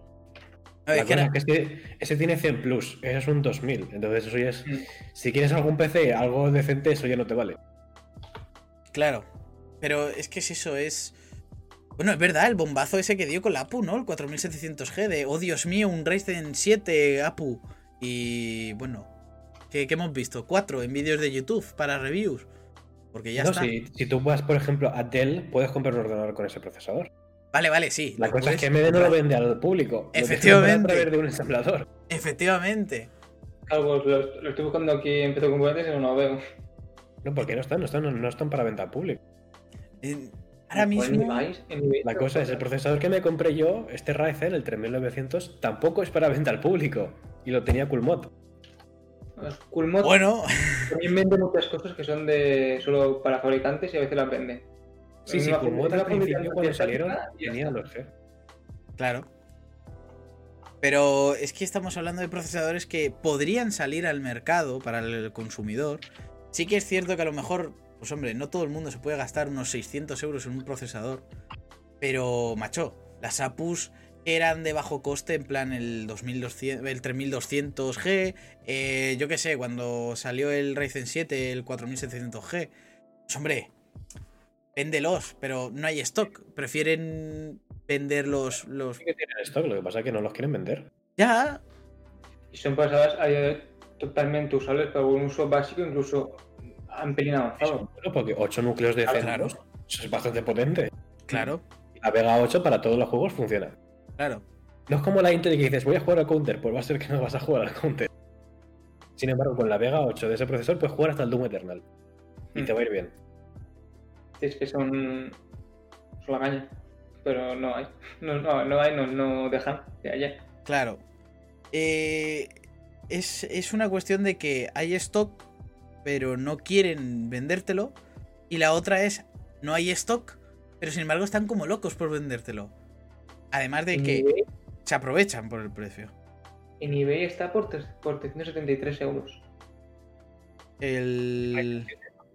A ver, es que ese tiene 100 Plus, ese es un 2000. Entonces eso ya es... Si quieres algún PC, algo decente, eso ya no te vale. Claro, pero es que eso es... Bueno, es verdad, el bombazo ese que dio con la APU, ¿no? El 4700G de, oh Dios mío, un Ryzen 7 APU. Y bueno, ¿qué hemos visto? 4 en vídeos de YouTube para reviews. Porque ya está. Si tú vas, por ejemplo, a Dell, puedes comprar un ordenador con ese procesador. Vale, sí. La cosa es que AMD no lo vende al público. Efectivamente. Lo de un ensamblador. Efectivamente. Claro, pues lo estoy buscando aquí en PC Componentes y no lo veo. No, porque no están para venta al público. Ahora mismo... La cosa es, el procesador que me compré yo, este Ryzen, el 3900, tampoco es para venta al público. Y lo tenía Coolmod. Coolmod bueno. También vende muchas cosas que son de solo para fabricantes y a veces las venden. Sí, Coolmod al principio cuando salieron tenían los G. Claro. Pero es que estamos hablando de procesadores que podrían salir al mercado para el consumidor. Sí que es cierto que a lo mejor, pues hombre, no todo el mundo se puede gastar unos 600 euros en un procesador. Pero, macho, las APUs eran de bajo coste, en plan el 3200G. Yo qué sé, cuando salió el Ryzen 7, el 4700G. Pues hombre, véndelos, pero no hay stock. Prefieren vender los... Sí que tienen stock, lo que pasa es que no los quieren vender. Ya. Y son procesadores a día de hoy totalmente usables para un uso básico, incluso un pelín avanzado. Bueno, porque 8 núcleos de centro, eso es bastante potente. Claro. La Vega 8 para todos los juegos funciona. Claro. No es como la Intel que dices, voy a jugar al Counter, pues va a ser que no vas a jugar al Counter. Sin embargo, con la Vega 8 de ese procesor puedes jugar hasta el Doom Eternal. Y te va a ir bien. Sí, es que son la caña. Pero no hay. No dejan que haya. Claro. Es una cuestión de que hay stock, pero no quieren vendértelo. Y la otra es, no hay stock, pero sin embargo están como locos por vendértelo. Además de que eBay, se aprovechan por el precio. En eBay está por 373 euros. El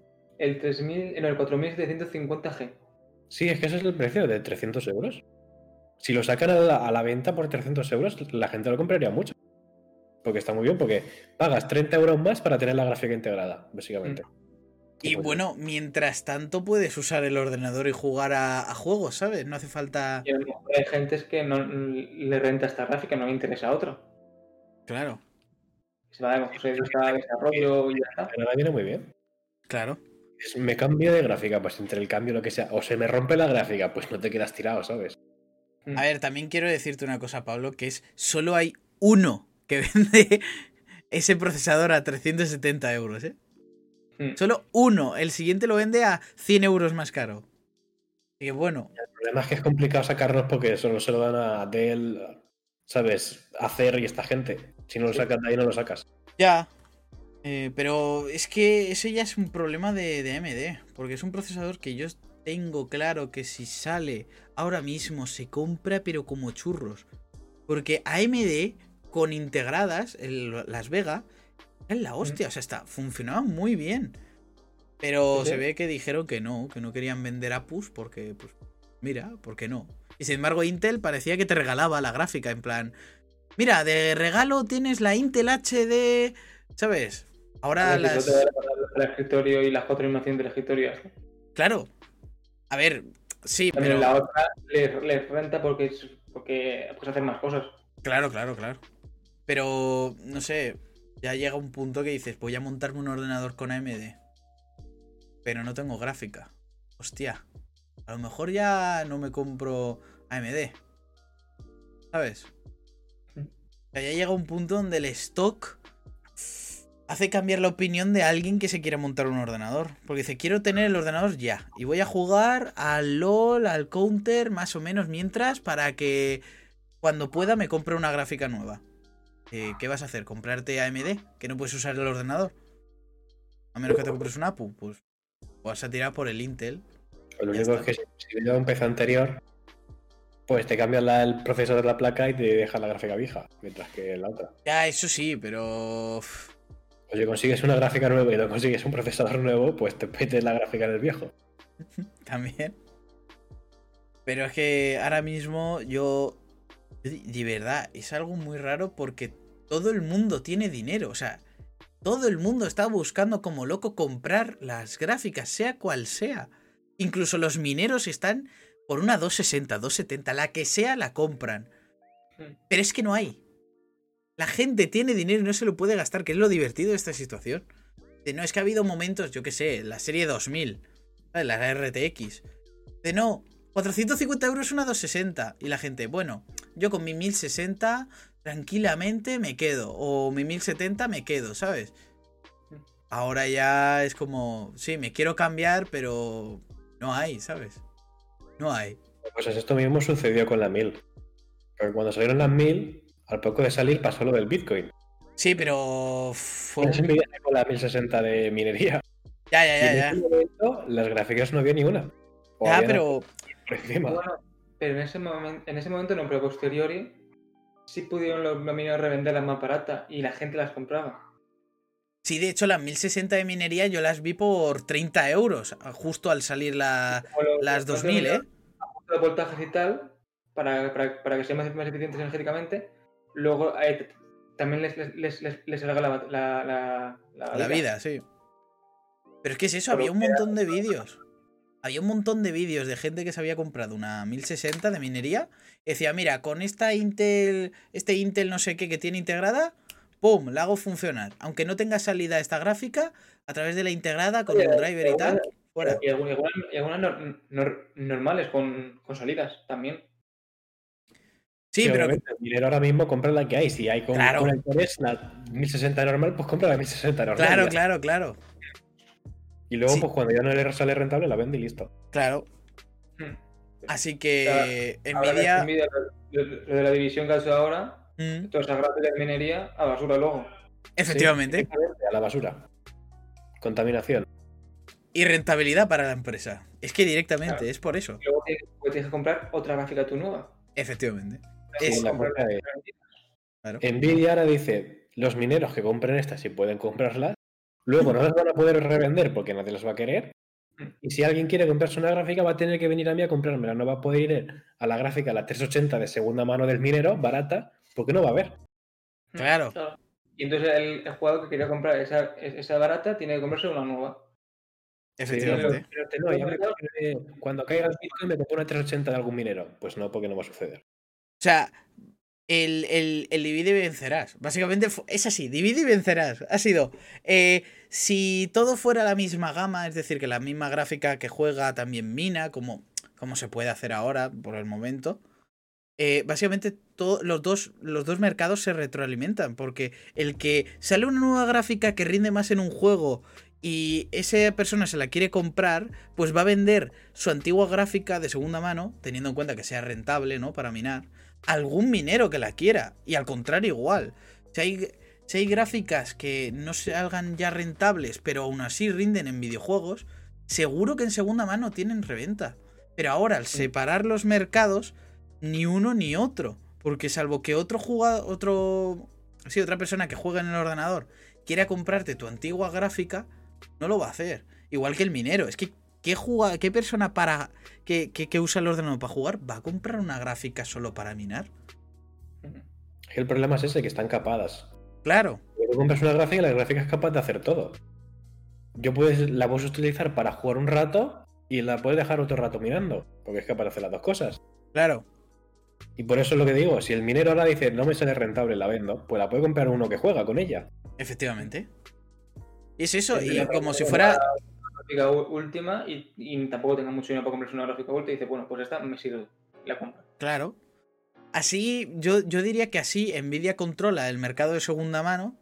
4750G. Sí, es que ese es el precio de 300 euros. Si lo sacan a la venta por 300 euros, la gente lo compraría mucho. Porque está muy bien, porque pagas 30 euros más para tener la gráfica integrada, básicamente. Y bueno, mientras tanto puedes usar el ordenador y jugar a juegos, ¿sabes? No hace falta... Y a lo mejor hay gente que no le renta esta gráfica, no le interesa otra. Claro. Se va a buscar desarrollo y ya está. Pero viene muy bien. Claro. Me cambio de gráfica, pues entre el cambio lo que sea, o se me rompe la gráfica, pues no te quedas tirado, ¿sabes? A ver, también quiero decirte una cosa, Pablo, que es solo hay uno que vende ese procesador a 370 euros, ¿eh? Solo uno. El siguiente lo vende a 100 euros más caro. Y bueno. El problema es que es complicado sacarlos porque solo se lo dan a Dell, ¿sabes? Acer y esta gente. Si no lo sacas de ahí, no lo sacas. Ya. Pero es que ese ya es un problema de AMD. Porque es un procesador que yo tengo claro que si sale ahora mismo se compra, pero como churros. Porque AMD con integradas, las Vega, es la hostia. O sea, funcionaban muy bien. Pero se ve que dijeron que no querían vender APUs porque, pues, mira, ¿por qué no? Y sin embargo, Intel parecía que te regalaba la gráfica, en plan, mira, de regalo tienes la Intel HD, ¿sabes? Ahora las... te va a regalar el escritorio y las 4 animaciones del escritorio. Claro. A ver, sí, también pero... la otra les renta porque puedes hacer más cosas. Claro. Pero, no sé, ya llega un punto que dices, voy a montarme un ordenador con AMD. Pero no tengo gráfica. Hostia. A lo mejor ya no me compro AMD. ¿Sabes? O sea, ya llega un punto donde el stock hace cambiar la opinión de alguien que se quiere montar un ordenador. Porque dice, quiero tener el ordenador ya. Y voy a jugar al LOL, al Counter, más o menos mientras, para que cuando pueda me compre una gráfica nueva. ¿Qué vas a hacer? ¿Comprarte AMD? ¿Que no puedes usar el ordenador? A menos que te compres un APU. Pues vas a tirar por el Intel. Lo único es que si viene un PC anterior, pues te cambias el procesador de la placa y te dejas la gráfica vieja, mientras que la otra. Ya, eso sí, pero... Pues si consigues una gráfica nueva y no consigues un procesador nuevo, pues te metes la gráfica del viejo. También. Pero es que ahora mismo yo... De verdad, es algo muy raro porque todo el mundo tiene dinero, o sea... Todo el mundo está buscando como loco comprar las gráficas, sea cual sea. Incluso los mineros están por una 260, 270, la que sea la compran. Pero es que no hay. La gente tiene dinero y no se lo puede gastar, que es lo divertido de esta situación. No, es que ha habido momentos, yo que sé, la serie 2000, ¿sabes? La RTX. De no, 450 euros una 260. Y la gente, bueno, yo con mi 1060... tranquilamente me quedo. O mi 1070 me quedo, ¿sabes? Ahora ya es como... Sí, me quiero cambiar, pero... No hay, ¿sabes? No hay. Pues esto mismo sucedió con la 1000. Porque cuando salieron las 1000, al poco de salir pasó lo del Bitcoin. Sí, pero... Con la 1060 de minería. Ya. En ese momento, las gráficas no había ni una. Ya, pero... Bueno, pero en ese momento no, pero posteriori... Sí pudieron los mineros revenderlas más baratas y la gente las compraba. Sí, de hecho las 1060 de minería yo las vi por 30 euros, justo al salir las 2000, ¿eh? Los voltajes y tal, para que sean más eficientes energéticamente. Luego también les alarga la vida, sí. Pero es que es eso, había un montón de vídeos. Había un montón de vídeos de gente que se había comprado una 1060 de minería y decía, mira, con esta Intel, no sé qué que tiene integrada, ¡pum!, la hago funcionar. Aunque no tenga salida esta gráfica, a través de la integrada con un driver y tal, fuera. Y algunas normales con salidas también. Sí, pero... El minero ahora mismo compra la que hay. Si hay con conectores, la 1060 normal, pues compra la 1060 normal. Claro. Y luego, pues cuando ya no le sale rentable, la vende y listo. Claro. Así que Nvidia... Lo de la división que ha hecho ahora, todas esas gráficas de minería, a basura luego. Efectivamente. A la basura. Contaminación. Y rentabilidad para la empresa. Es que directamente, es por eso. Y luego tienes que comprar otra gráfica tú nueva. Efectivamente. Nvidia ahora dice, los mineros que compren estas si pueden comprarlas, luego no las van a poder revender porque nadie las va a querer. Y si alguien quiere comprarse una gráfica, va a tener que venir a mí a comprármela. No va a poder ir a la gráfica, la 380 de segunda mano del minero, barata, porque no va a haber. Claro. Y entonces el jugador que quería comprar esa barata tiene que comprarse una nueva. Efectivamente. Cuando caiga el Bitcoin me compro una 380 de algún minero. Pues no, porque no va a suceder. O sea, el divide y vencerás. Básicamente es así, divide y vencerás. Ha sido, si todo fuera la misma gama, es decir, que la misma gráfica que juega también mina, como se puede hacer ahora por el momento, básicamente los dos mercados se retroalimentan, porque el que sale una nueva gráfica que rinde más en un juego y esa persona se la quiere comprar, pues va a vender su antigua gráfica de segunda mano, teniendo en cuenta que sea rentable, ¿no? Para minar, a algún minero que la quiera. Y al contrario igual. Si hay gráficas que no salgan ya rentables, pero aún así rinden en videojuegos, seguro que en segunda mano tienen reventa. Pero ahora, al separar los mercados, ni uno ni otro. Porque salvo que otra persona que juega en el ordenador quiera comprarte tu antigua gráfica, no lo va a hacer. Igual que el minero. Es que ¿qué persona que usa el ordenador para jugar va a comprar una gráfica solo para minar? El problema es ese, que están capadas. Claro. Tú compras una gráfica y la gráfica es capaz de hacer todo. La puedes utilizar para jugar un rato y la puedes dejar otro rato mirando, porque es capaz de hacer las dos cosas. Claro. Y por eso es lo que digo, si el minero ahora dice no me sale rentable, la vendo, pues la puede comprar uno que juega con ella. Efectivamente. Y es eso, y como si fuera... gráfica última y tampoco tenga mucho dinero para comprarse una gráfica última y dice, bueno, pues esta me sirve, la compro. Claro. Así, yo diría que así Nvidia controla el mercado de segunda mano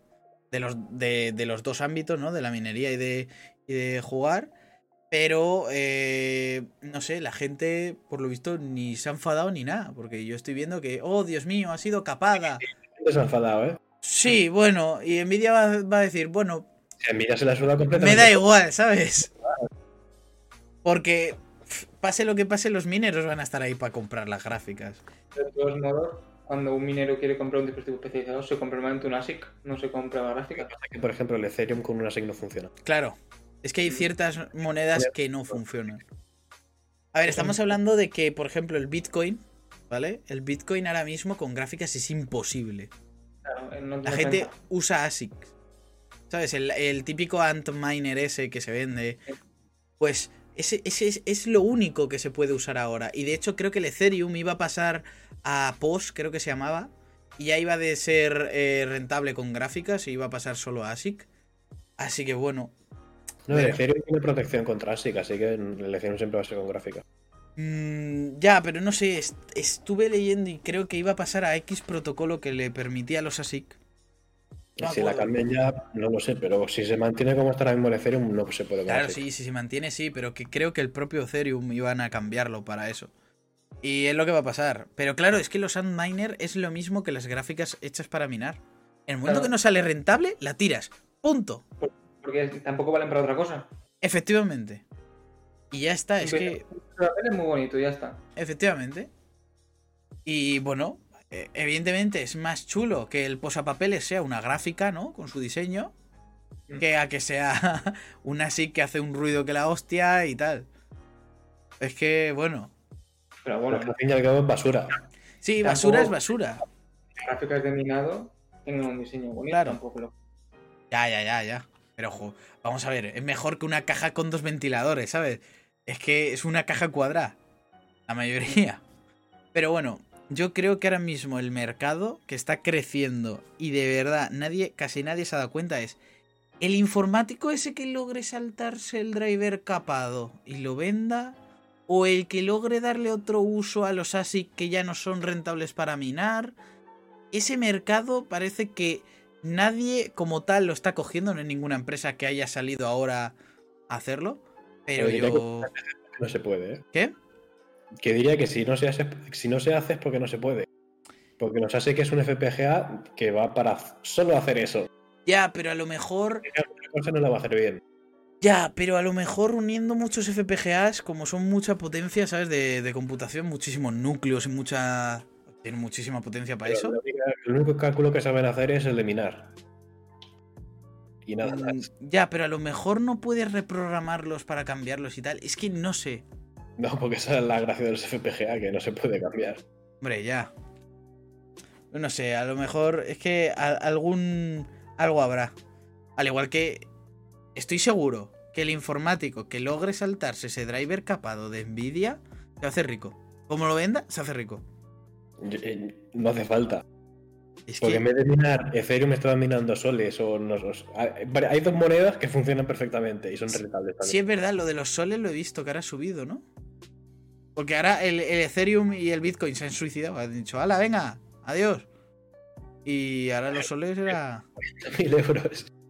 de los dos ámbitos, ¿no? De la minería y de jugar. Pero, no sé, la gente, por lo visto, ni se ha enfadado ni nada. Porque yo estoy viendo que, oh, Dios mío, ha sido capada. Se ha enfadado, ¿eh? Sí, bueno, y Nvidia va a decir, bueno... Nvidia se la suda completamente. Me da igual, ¿sabes? Porque, pase lo que pase, los mineros van a estar ahí para comprar las gráficas. De todos modos, cuando un minero quiere comprar un dispositivo especializado, se compra normalmente un ASIC, no se compra la gráfica. Que, por ejemplo, el Ethereum con un ASIC no funciona. Claro. Es que hay ciertas monedas que no funcionan. A ver, estamos hablando de que, por ejemplo, el Bitcoin, ¿vale? El Bitcoin ahora mismo con gráficas es imposible. Claro, la gente usa ASICs. ¿Sabes? El típico Antminer ese que se vende. Pues ese es lo único que se puede usar ahora. Y de hecho creo que el Ethereum iba a pasar a POS, creo que se llamaba. Y ya iba de ser rentable con gráficas y iba a pasar solo a ASIC. Así que bueno... No, el Ethereum tiene protección contra ASIC, así que el Ethereum siempre va a ser con gráfica. Ya, pero no sé, estuve leyendo y creo que iba a pasar a X protocolo que le permitía a los ASIC. No si la cambian ya, no lo sé, pero si se mantiene como está ahora mismo el Ethereum, no se puede. Claro, sí, si se mantiene sí, pero que creo que el propio Ethereum iban a cambiarlo para eso. Y es lo que va a pasar. Pero claro, es que los Antminer es lo mismo que las gráficas hechas para minar. En el momento que no sale rentable, la tiras. Punto. Porque tampoco valen para otra cosa. Efectivamente. Y ya está, es que... El papel es muy bonito, ya está. Efectivamente. Y bueno, evidentemente es más chulo que el posapapeles sea una gráfica, ¿no? Con su diseño. Que a que sea una ASIC que hace un ruido que la hostia y tal. Es que, bueno... Pero bueno, al fin y al cabo es basura. Sí, basura es basura. Las gráficas de minado tienen un diseño bonito, claro. Tampoco lo... Ya. Pero, ojo, vamos a ver, es mejor que una caja con dos ventiladores, ¿sabes? Es que es una caja cuadrada. La mayoría. Pero bueno, yo creo que ahora mismo el mercado que está creciendo y de verdad casi nadie se ha dado cuenta es el informático ese que logre saltarse el driver capado y lo venda, o el que logre darle otro uso a los ASIC que ya no son rentables para minar. Ese mercado parece que nadie como tal lo está cogiendo, no hay ninguna empresa que haya salido ahora a hacerlo, pero yo... No se puede, ¿eh? ¿Qué? Que diría que si no se hace es porque no se puede. Porque nos hace que es un FPGA que va para solo hacer eso. Ya, pero a lo mejor... Otra cosa no la va a hacer bien. Ya, pero a lo mejor uniendo muchos FPGAs, como son mucha potencia, ¿sabes? De computación, muchísimos núcleos y tienen muchísima potencia para eso. El único cálculo que saben hacer es el de minar. Y nada más. Ya, pero a lo mejor no puedes reprogramarlos para cambiarlos y tal. Es que no sé. No, porque esa es la gracia de los FPGA, que no se puede cambiar. Hombre, ya. No sé, a lo mejor es que algo habrá. Al igual que estoy seguro que el informático que logre saltarse ese driver capado de Nvidia se hace rico. Como lo venda, se hace rico. No hace falta. Porque en vez de minar Ethereum estaba minando soles o no. Hay dos monedas que funcionan perfectamente y son rentables también. Sí, es verdad, lo de los soles lo he visto que ahora ha subido, ¿no? Porque ahora el Ethereum y el Bitcoin se han suicidado. Han dicho, ¡hala, venga! ¡Adiós! Y ahora los soles era... 1.000 euros.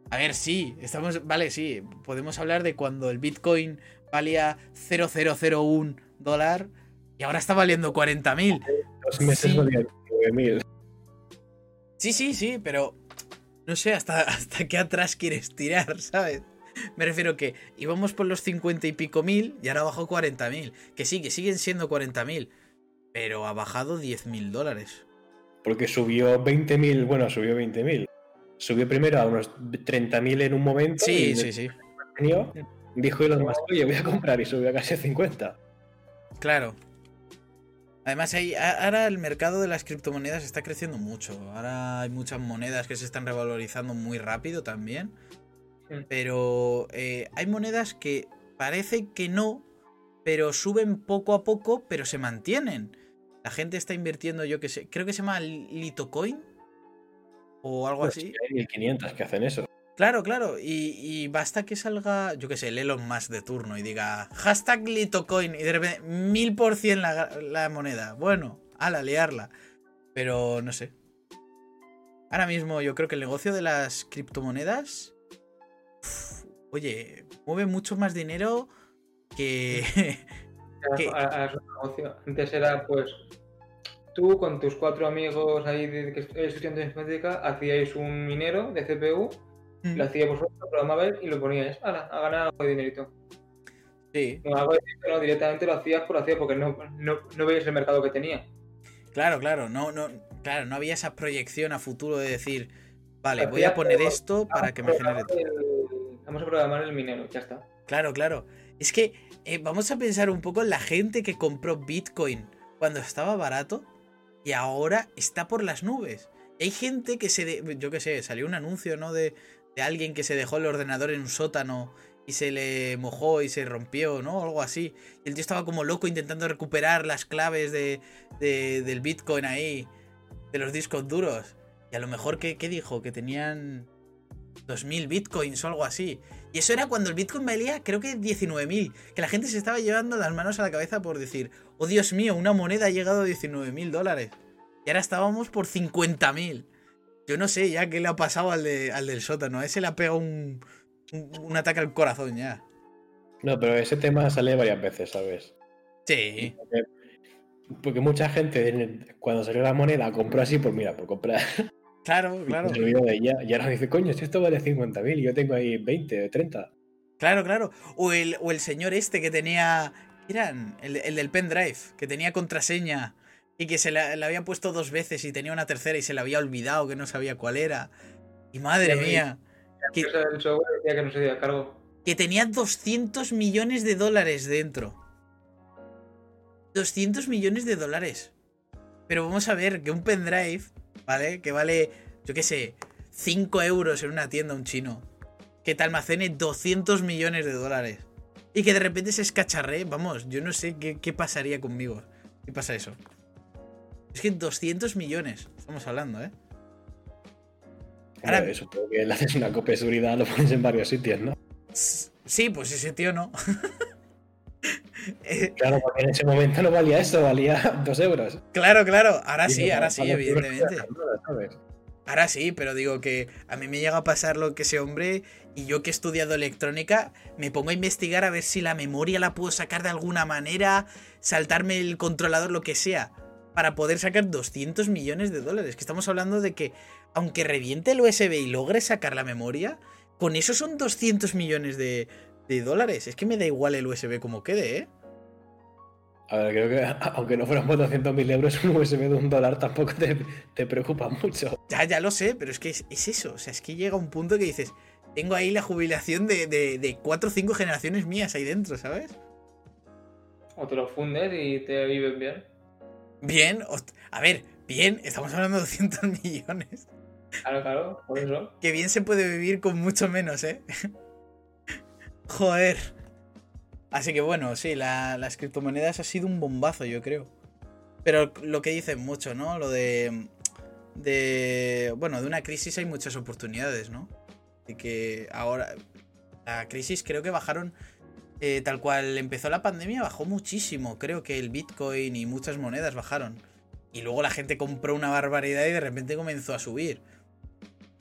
A ver, sí, vale, sí, podemos hablar de cuando el Bitcoin valía $0.001 y ahora está valiendo 40.000. 2 meses valía 9.000. Sí, pero no sé hasta qué atrás quieres tirar, ¿sabes? Me refiero que íbamos por los 50 y pico mil y ahora bajó 40.000. Que sí, que siguen siendo 40.000, pero ha bajado $10.000. Porque subió 20.000, bueno, subió 20.000. Subió primero a unos 30.000 en un momento. Sí. Dijo Elon Musk, oye, voy a comprar, y subió a casi 50. Claro. Además, ahora el mercado de las criptomonedas está creciendo mucho. Ahora hay muchas monedas que se están revalorizando muy rápido también. Pero hay monedas que parece que no, pero suben poco a poco, pero se mantienen. La gente está invirtiendo, yo que sé, creo que se llama Litecoin o algo así. Hay 1.500 que hacen eso. Claro. Y basta que salga, yo que sé, el Elon Musk de turno y diga #Litecoin y de repente 1000% la moneda. Bueno, ala, liarla. Pero no sé. Ahora mismo yo creo que el negocio de las criptomonedas, oye, mueve mucho más dinero que... Antes era pues tú con tus 4 amigos ahí que estudiantes de informática hacíais un minero de CPU, lo hacíais vosotros, lo programabais y lo poníais a ganar algo de dinerito. Sí. No, algo de dinero, no, directamente lo hacías porque no veías el mercado que tenía. Claro, no había esa proyección a futuro de decir, vale, voy a poner esto para que me genere... Vamos a programar el minero, ya está. Claro. Es que vamos a pensar un poco en la gente que compró Bitcoin cuando estaba barato y ahora está por las nubes. Hay gente que yo qué sé, salió un anuncio, ¿no? De alguien que se dejó el ordenador en un sótano y se le mojó y se rompió, ¿no? Algo así. Y el tío estaba como loco intentando recuperar las claves del Bitcoin ahí, de los discos duros. Y a lo mejor, ¿qué dijo? Que tenían 2.000 Bitcoins o algo así. Y eso era cuando el Bitcoin valía, creo que 19.000. Que la gente se estaba llevando las manos a la cabeza por decir, oh Dios mío, una moneda ha llegado a $19.000. Y ahora estábamos por 50.000. Yo no sé ya qué le ha pasado al del sótano. A ese le ha pegado un ataque al corazón ya. No, pero ese tema sale varias veces, ¿sabes? Sí. Porque mucha gente, cuando salió la moneda, compró así, pues mira, por comprar. Claro. Se olvidó de ella. Y ahora dice, coño, si esto vale 50.000 y yo tengo ahí 20, 30. Claro. O el señor este que tenía... ¿Qué eran? El del pendrive, que tenía contraseña y que se la había puesto 2 veces y tenía una tercera y se la había olvidado, que no sabía cuál era. Y madre mía. Que el software decía que no se dio a cargo. Que tenía $200 millones dentro. 200 millones de dólares. Pero vamos a ver que un pendrive, ¿vale? Que vale, yo qué sé, 5 euros en una tienda, un chino, que te almacene 200 millones de dólares. Y que de repente se escacharre, vamos, yo no sé qué pasaría conmigo. ¿Qué pasa eso? Es que 200 millones, estamos hablando, ¿eh? Ahora, supongo que le haces una copia de seguridad, lo pones en varios sitios, ¿no? Sí, pues ese tío no. Claro, porque en ese momento no valía eso, valía 2 euros. Claro. Ahora sí, evidentemente. Ahora sí, pero digo que a mí me llega a pasar lo que ese hombre, y yo que he estudiado electrónica, me pongo a investigar a ver si la memoria la puedo sacar de alguna manera, saltarme el controlador, lo que sea, para poder sacar 200 millones de dólares. Que estamos hablando de que, aunque reviente el USB y logre sacar la memoria, con eso son 200 millones de dólares. Es que me da igual el USB como quede, ¿eh? A ver, creo que aunque no fueran por 200.000 euros, un USB de $1 tampoco te preocupa mucho. Ya lo sé, pero es que es eso. O sea, es que llega un punto que dices, tengo ahí la jubilación de 4 o 5 generaciones mías ahí dentro, ¿sabes? O te lo fundes y te vives bien. Bien, a ver, bien, estamos hablando de 200 millones. Claro, por eso. Que bien se puede vivir con mucho menos, ¿eh? Joder. Así que bueno, sí, las criptomonedas ha sido un bombazo, yo creo. Pero lo que dicen mucho, ¿no? Lo de bueno, de una crisis hay muchas oportunidades, ¿no? Y que ahora la crisis creo que bajaron, tal cual empezó la pandemia, bajó muchísimo. Creo que el Bitcoin y muchas monedas bajaron. Y luego la gente compró una barbaridad y de repente comenzó a subir.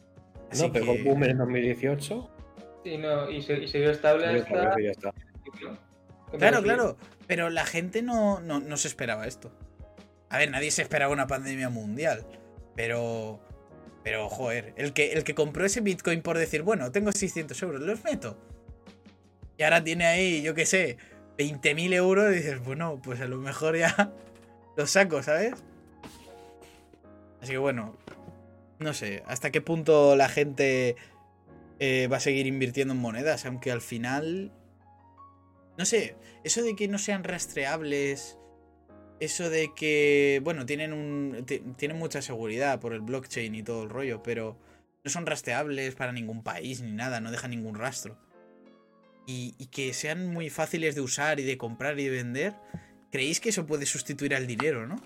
Así no, pegó el boom en 2018. Sí, no, y siguió estable hasta... Claro, pero la gente no se esperaba esto. A ver, nadie se esperaba una pandemia mundial, pero joder, el que compró ese Bitcoin por decir, bueno, tengo 600 euros, los meto. Y ahora tiene ahí, yo qué sé, 20.000 euros y dices, bueno, pues a lo mejor ya los saco, ¿sabes? Así que bueno, no sé, hasta qué punto la gente va a seguir invirtiendo en monedas, aunque al final... No sé, eso de que no sean rastreables, eso de que, bueno, tienen mucha seguridad por el blockchain y todo el rollo, pero no son rastreables para ningún país ni nada, no dejan ningún rastro. Y que sean muy fáciles de usar y de comprar y de vender, ¿creéis que eso puede sustituir al dinero, no?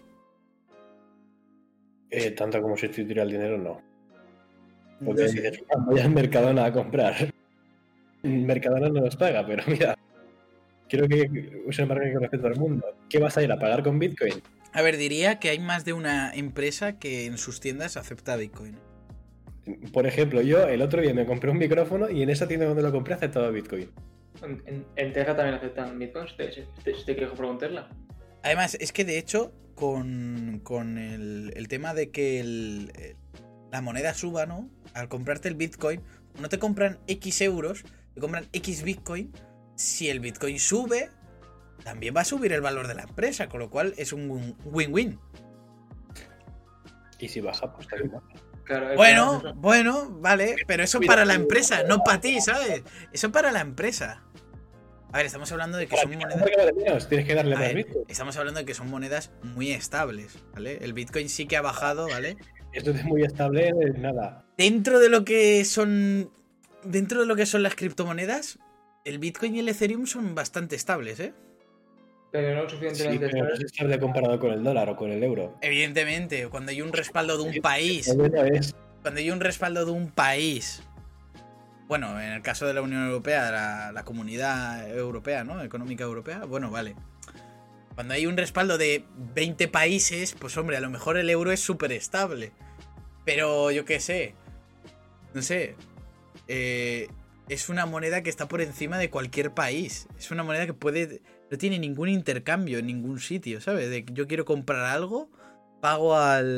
Tanto como sustituir al dinero, no. Porque si dices, voy al Mercadona a comprar, Mercadona no nos paga, pero mira... Quiero que use el margen que conoce todo el mundo. ¿Qué vas a ir a pagar con Bitcoin? A ver, diría que hay más de una empresa que en sus tiendas acepta Bitcoin. Por ejemplo, yo el otro día me compré un micrófono y en esa tienda donde lo compré aceptaba Bitcoin. En Teja también aceptan Bitcoin, si te quiero preguntarla. Además, es que de hecho, con el tema de que la moneda suba, ¿no? Al comprarte el Bitcoin, no te compran X euros, te compran X Bitcoin. Si el Bitcoin sube, también va a subir el valor de la empresa, con lo cual es un win-win. Y si baja, pues también baja. Claro, bueno, vale, pero eso para la empresa, no para ti, ¿sabes? Eso para la empresa. A ver, estamos hablando de que son monedas... Tienes que darle más Bitcoin. Estamos hablando de que son monedas muy estables, ¿vale? El Bitcoin sí que ha bajado, ¿vale? Esto es muy estable, nada. Dentro de lo que son las criptomonedas, el Bitcoin y el Ethereum son bastante estables, ¿eh? Pero no suficientemente pero no es estable comparado con el dólar o con el euro. Evidentemente, cuando hay un respaldo de un país... Cuando hay un respaldo de un país... Bueno, en el caso de la Unión Europea, la Comunidad Europea, ¿no? Económica Europea, bueno, vale. Cuando hay un respaldo de 20 países, pues hombre, a lo mejor el euro es súper estable. Pero yo qué sé. No sé. Es una moneda que está por encima de cualquier país. Es una moneda que no tiene ningún intercambio en ningún sitio, ¿sabes? De que yo quiero comprar algo, pago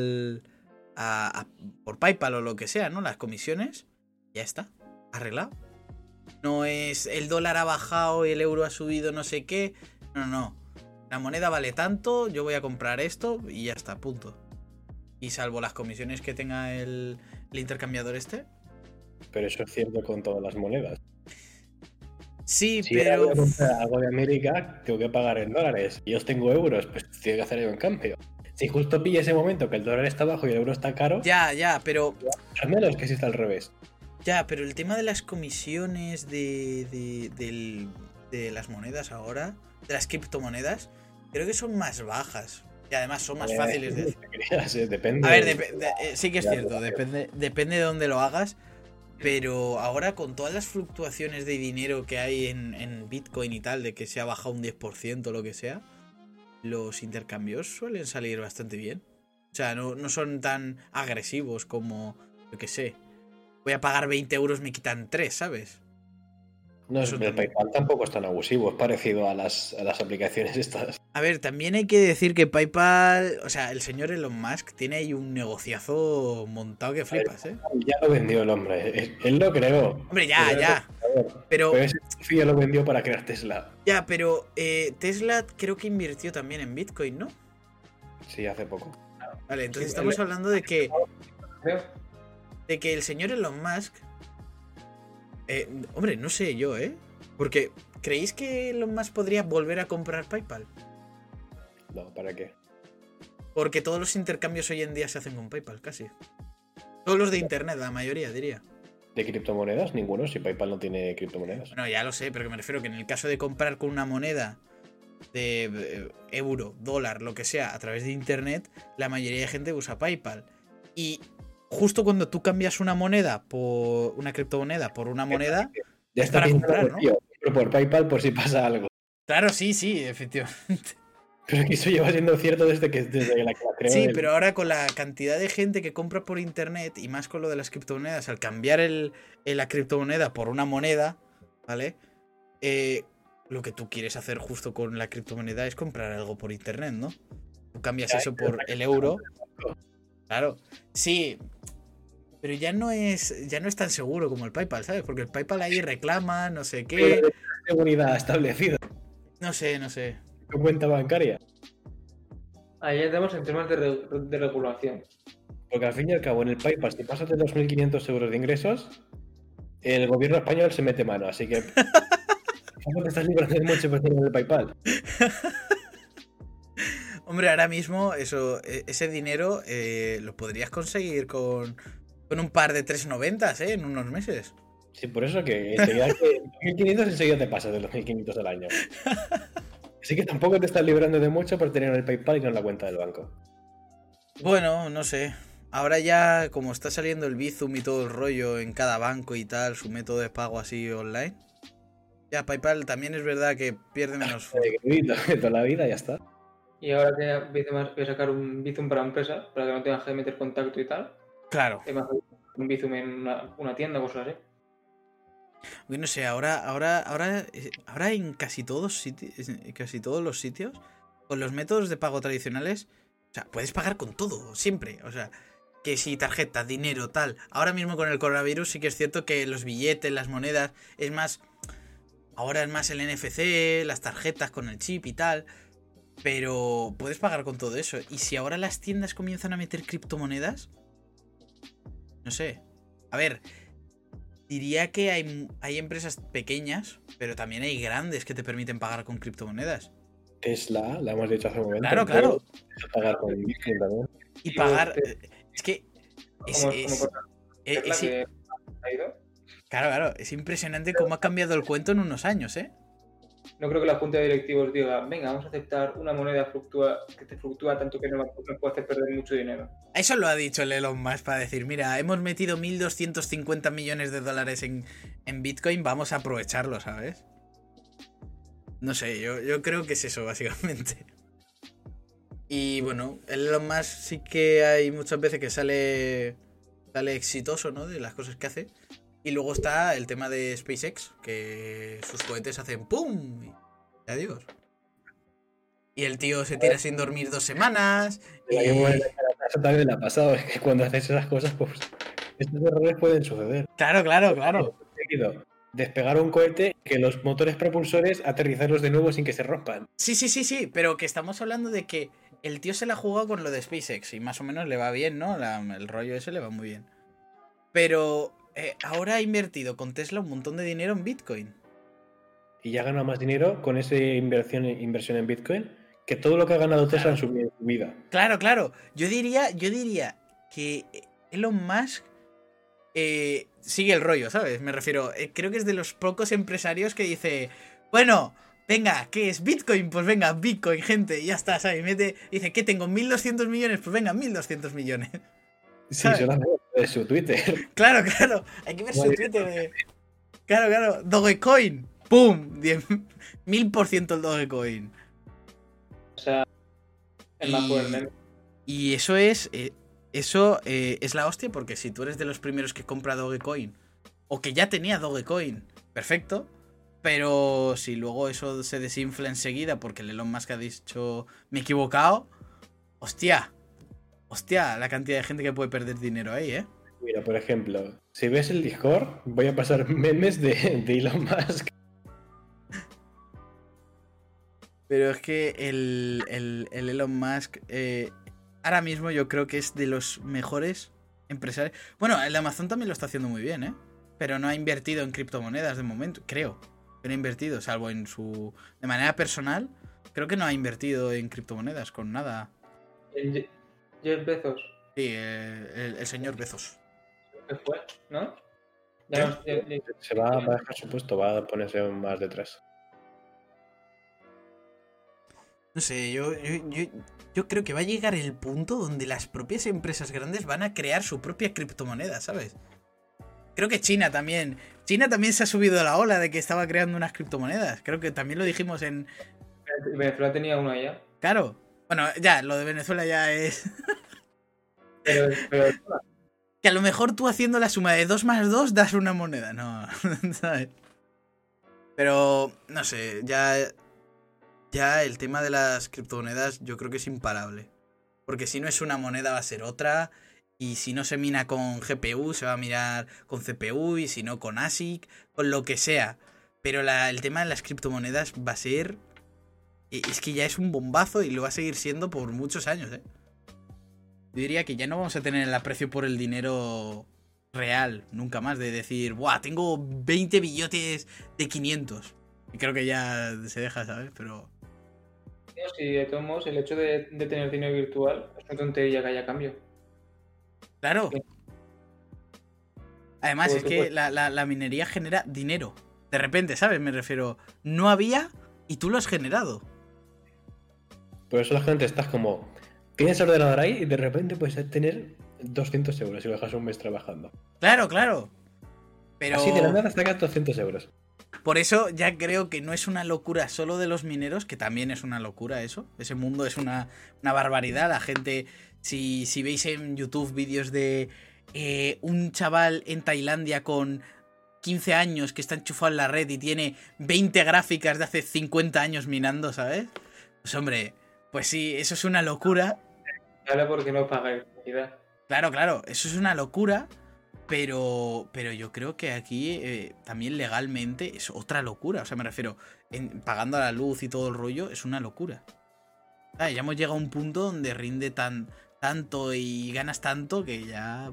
por PayPal o lo que sea, ¿no? Las comisiones, ya está, arreglado. No es el dólar ha bajado y el euro ha subido no sé qué. No. La moneda vale tanto, yo voy a comprar esto y ya está, punto. Y salvo las comisiones que tenga el intercambiador este. Pero eso es cierto con todas las monedas. Sí, si pero... Si voy a comprar algo de América, tengo que pagar en dólares. Y yo tengo euros, pues tengo que hacer algo en cambio. Si justo pilla ese momento que el dólar está bajo y el euro está caro... Ya, pero... Al menos que si está al revés. Ya, pero el tema de las comisiones de las monedas ahora, de las criptomonedas, creo que son más bajas. Y además son más fáciles de hacer. Depende. A ver, sí que es cierto, depende de dónde lo hagas. Pero ahora con todas las fluctuaciones de dinero que hay en Bitcoin y tal, de que se ha bajado un 10% o lo que sea, los intercambios suelen salir bastante bien. O sea, no son tan agresivos como, yo qué sé, voy a pagar 20 euros, me quitan 3, ¿sabes? No, el PayPal tampoco es tan abusivo, es parecido a las aplicaciones estas. A ver, también hay que decir que PayPal, o sea, el señor Elon Musk tiene ahí un negociazo montado que flipas, ¿eh? Ya lo vendió el hombre, él lo creó. Hombre, ya. Pero ese ya lo vendió para crear Tesla. Ya, pero Tesla creo que invirtió también en Bitcoin, ¿no? Sí, hace poco. Vale, entonces estamos hablando de que el señor Elon Musk... hombre, no sé yo, ¿eh? Porque, ¿creéis que Elon Musk podría volver a comprar PayPal? No, ¿para qué? Porque todos los intercambios hoy en día se hacen con PayPal, casi. Todos los de internet, la mayoría, diría. ¿De criptomonedas? Ninguno, si PayPal no tiene criptomonedas. Bueno, ya lo sé, pero que me refiero que en el caso de comprar con una moneda de euro, dólar, lo que sea, a través de internet, la mayoría de gente usa PayPal. Y justo cuando tú cambias una moneda por una criptomoneda por una moneda, ya está para comprar, ¿no? Pero por PayPal por si pasa algo. Claro, sí, efectivamente. Pero es que eso lleva siendo cierto desde la que la creó. Sí, pero ahora con la cantidad de gente que compra por internet y más con lo de las criptomonedas, al cambiar la criptomoneda por una moneda, ¿vale? Lo que tú quieres hacer justo con la criptomoneda es comprar algo por internet, ¿no? Tú cambias eso por el euro. Claro, sí, pero ya no es tan seguro como el PayPal, ¿sabes? Porque el PayPal ahí reclama, no sé qué. Seguridad establecida. No sé. Tu cuenta bancaria. Ahí estamos en temas de regulación. Porque al fin y al cabo, en el PayPal, si pasas de 2.500 euros de ingresos, el gobierno español se mete mano, así que... ¿Cómo te estás librando de mucho por tener el PayPal? Hombre, ahora mismo ese dinero lo podrías conseguir con un par de 390, en unos meses. Sí, por eso que enseguida que 1.500 enseguida te pasas de los 1.500 al año. Así que tampoco te estás librando de mucho por tener el PayPal y no la cuenta del banco. Bueno, no sé. Ahora ya, como está saliendo el Bizum y todo el rollo en cada banco y tal, su método de pago así online, ya PayPal también es verdad que pierde menos toda la vida ya está. Y ahora que voy a sacar un Bizum para empresa, para que no tengas que meter contacto y tal. Claro. Un Bizum en una tienda o cosas así. No sé, ahora en casi todos los sitios, con los métodos de pago tradicionales, o sea, puedes pagar con todo, siempre. O sea, que si tarjeta, dinero, tal. Ahora mismo con el coronavirus sí que es cierto que los billetes, las monedas, ahora es más el NFC, las tarjetas con el chip y tal. Pero puedes pagar con todo eso. Y si ahora las tiendas comienzan a meter criptomonedas, no sé. A ver, diría que hay empresas pequeñas, pero también hay grandes que te permiten pagar con criptomonedas. Tesla, la hemos dicho hace un momento. Claro. Pagar con Bitcoin también. Y pagar... Es que... Claro, es impresionante cómo ha cambiado el cuento en unos años, ¿eh? No creo que la junta de directivos diga, venga, vamos a aceptar una moneda que te fluctúa tanto que no puede hacer perder mucho dinero. Eso lo ha dicho el Elon Musk para decir, mira, hemos metido 1.250 millones de dólares en Bitcoin, vamos a aprovecharlo, ¿sabes? No sé, yo creo que es eso, básicamente. Y bueno, el Elon Musk sí que hay muchas veces que sale exitoso, ¿no? De las cosas que hace. Y luego está el tema de SpaceX, que sus cohetes hacen ¡pum! Y adiós. Y el tío se tira sin dormir 2 semanas. Eso también le ha pasado, es que cuando haces esas cosas, pues estos errores pueden suceder. Claro. Despegar un cohete, que los motores propulsores aterrizarlos de nuevo sin que se rompan. Sí, pero que estamos hablando de que el tío se la ha jugado con lo de SpaceX y más o menos le va bien, ¿no? El rollo ese le va muy bien. Pero... ahora ha invertido con Tesla un montón de dinero en Bitcoin. Y ya ha ganado más dinero con esa inversión en Bitcoin que todo lo que ha ganado Tesla en su vida. Claro. Yo diría que Elon Musk sigue el rollo, ¿sabes? Me refiero, creo que es de los pocos empresarios que dice, bueno, venga, ¿qué es Bitcoin? Pues venga, Bitcoin, gente, ya está, ¿sabes? Dice, ¿qué tengo? 1.200 millones, pues venga, 1.200 millones. Sí, solamente de su Twitter. Claro. Hay que ver su Twitter. Claro. Dogecoin. ¡Pum! 1000% el Dogecoin. O sea, el más fuerte. Y eso es la hostia, porque si tú eres de los primeros que compra Dogecoin, o que ya tenía Dogecoin, perfecto. Pero si luego eso se desinfla enseguida porque el Elon Musk ha dicho, me he equivocado, hostia, la cantidad de gente que puede perder dinero ahí, ¿eh? Mira, por ejemplo, si ves el Discord, voy a pasar memes de Elon Musk. Pero es que el Elon Musk ahora mismo yo creo que es de los mejores empresarios. Bueno, el Amazon también lo está haciendo muy bien, ¿eh? Pero no ha invertido en criptomonedas de momento, creo. Que no ha invertido, salvo en su... De manera personal, creo que no ha invertido en criptomonedas con nada. Jeff Bezos. Sí, el señor Bezos. ¿Qué fue? ¿No? Se va a dejar su puesto, va a ponerse más detrás. No sé, yo creo que va a llegar el punto donde las propias empresas grandes van a crear su propia criptomoneda, ¿sabes? Creo que China también se ha subido a la ola de que estaba creando unas criptomonedas. Creo que también lo dijimos en... Venezuela tenía una ya. Claro. Bueno, ya, lo de Venezuela ya es... Pero que a lo mejor tú haciendo la suma de 2 más 2 das una moneda. No, ¿sabes? Pero, no sé, ya el tema de las criptomonedas yo creo que es imparable. Porque si no es una moneda va a ser otra. Y si no se mina con GPU, se va a mirar con CPU. Y si no con ASIC, con lo que sea. Pero el tema de las criptomonedas va a ser... Es que ya es un bombazo y lo va a seguir siendo por muchos años, ¿eh? Yo diría que ya no vamos a tener el aprecio por el dinero real, nunca más, de decir, ¡buah! Tengo 20 billotes de 500. Y creo que ya se deja, ¿sabes? Pero... Sí, de todos modos, el hecho de tener dinero virtual es una tontería que haya cambio. Claro. Sí. Además, Pues, es que la minería genera dinero. De repente, ¿sabes? Me refiero, no había y tú lo has generado. Por eso la gente está como... Tienes el ordenador ahí y de repente puedes tener 200 euros si lo dejas un mes trabajando. Claro, claro. Pero... Así de la nada sacas 200 euros. Por eso ya creo que no es una locura solo de los mineros, que también es una locura eso. Ese mundo es una barbaridad. La gente, si veis en YouTube vídeos de un chaval en Tailandia con 15 años que está enchufado en la red y tiene 20 gráficas de hace 50 años minando, ¿sabes? Pues hombre, pues sí, eso es una locura. Claro, porque no paga electricidad. Claro, eso es una locura. Pero yo creo que aquí también legalmente es otra locura. O sea, me refiero, pagando a la luz y todo el rollo, es una locura. Ya hemos llegado a un punto donde rinde tanto y ganas tanto que ya...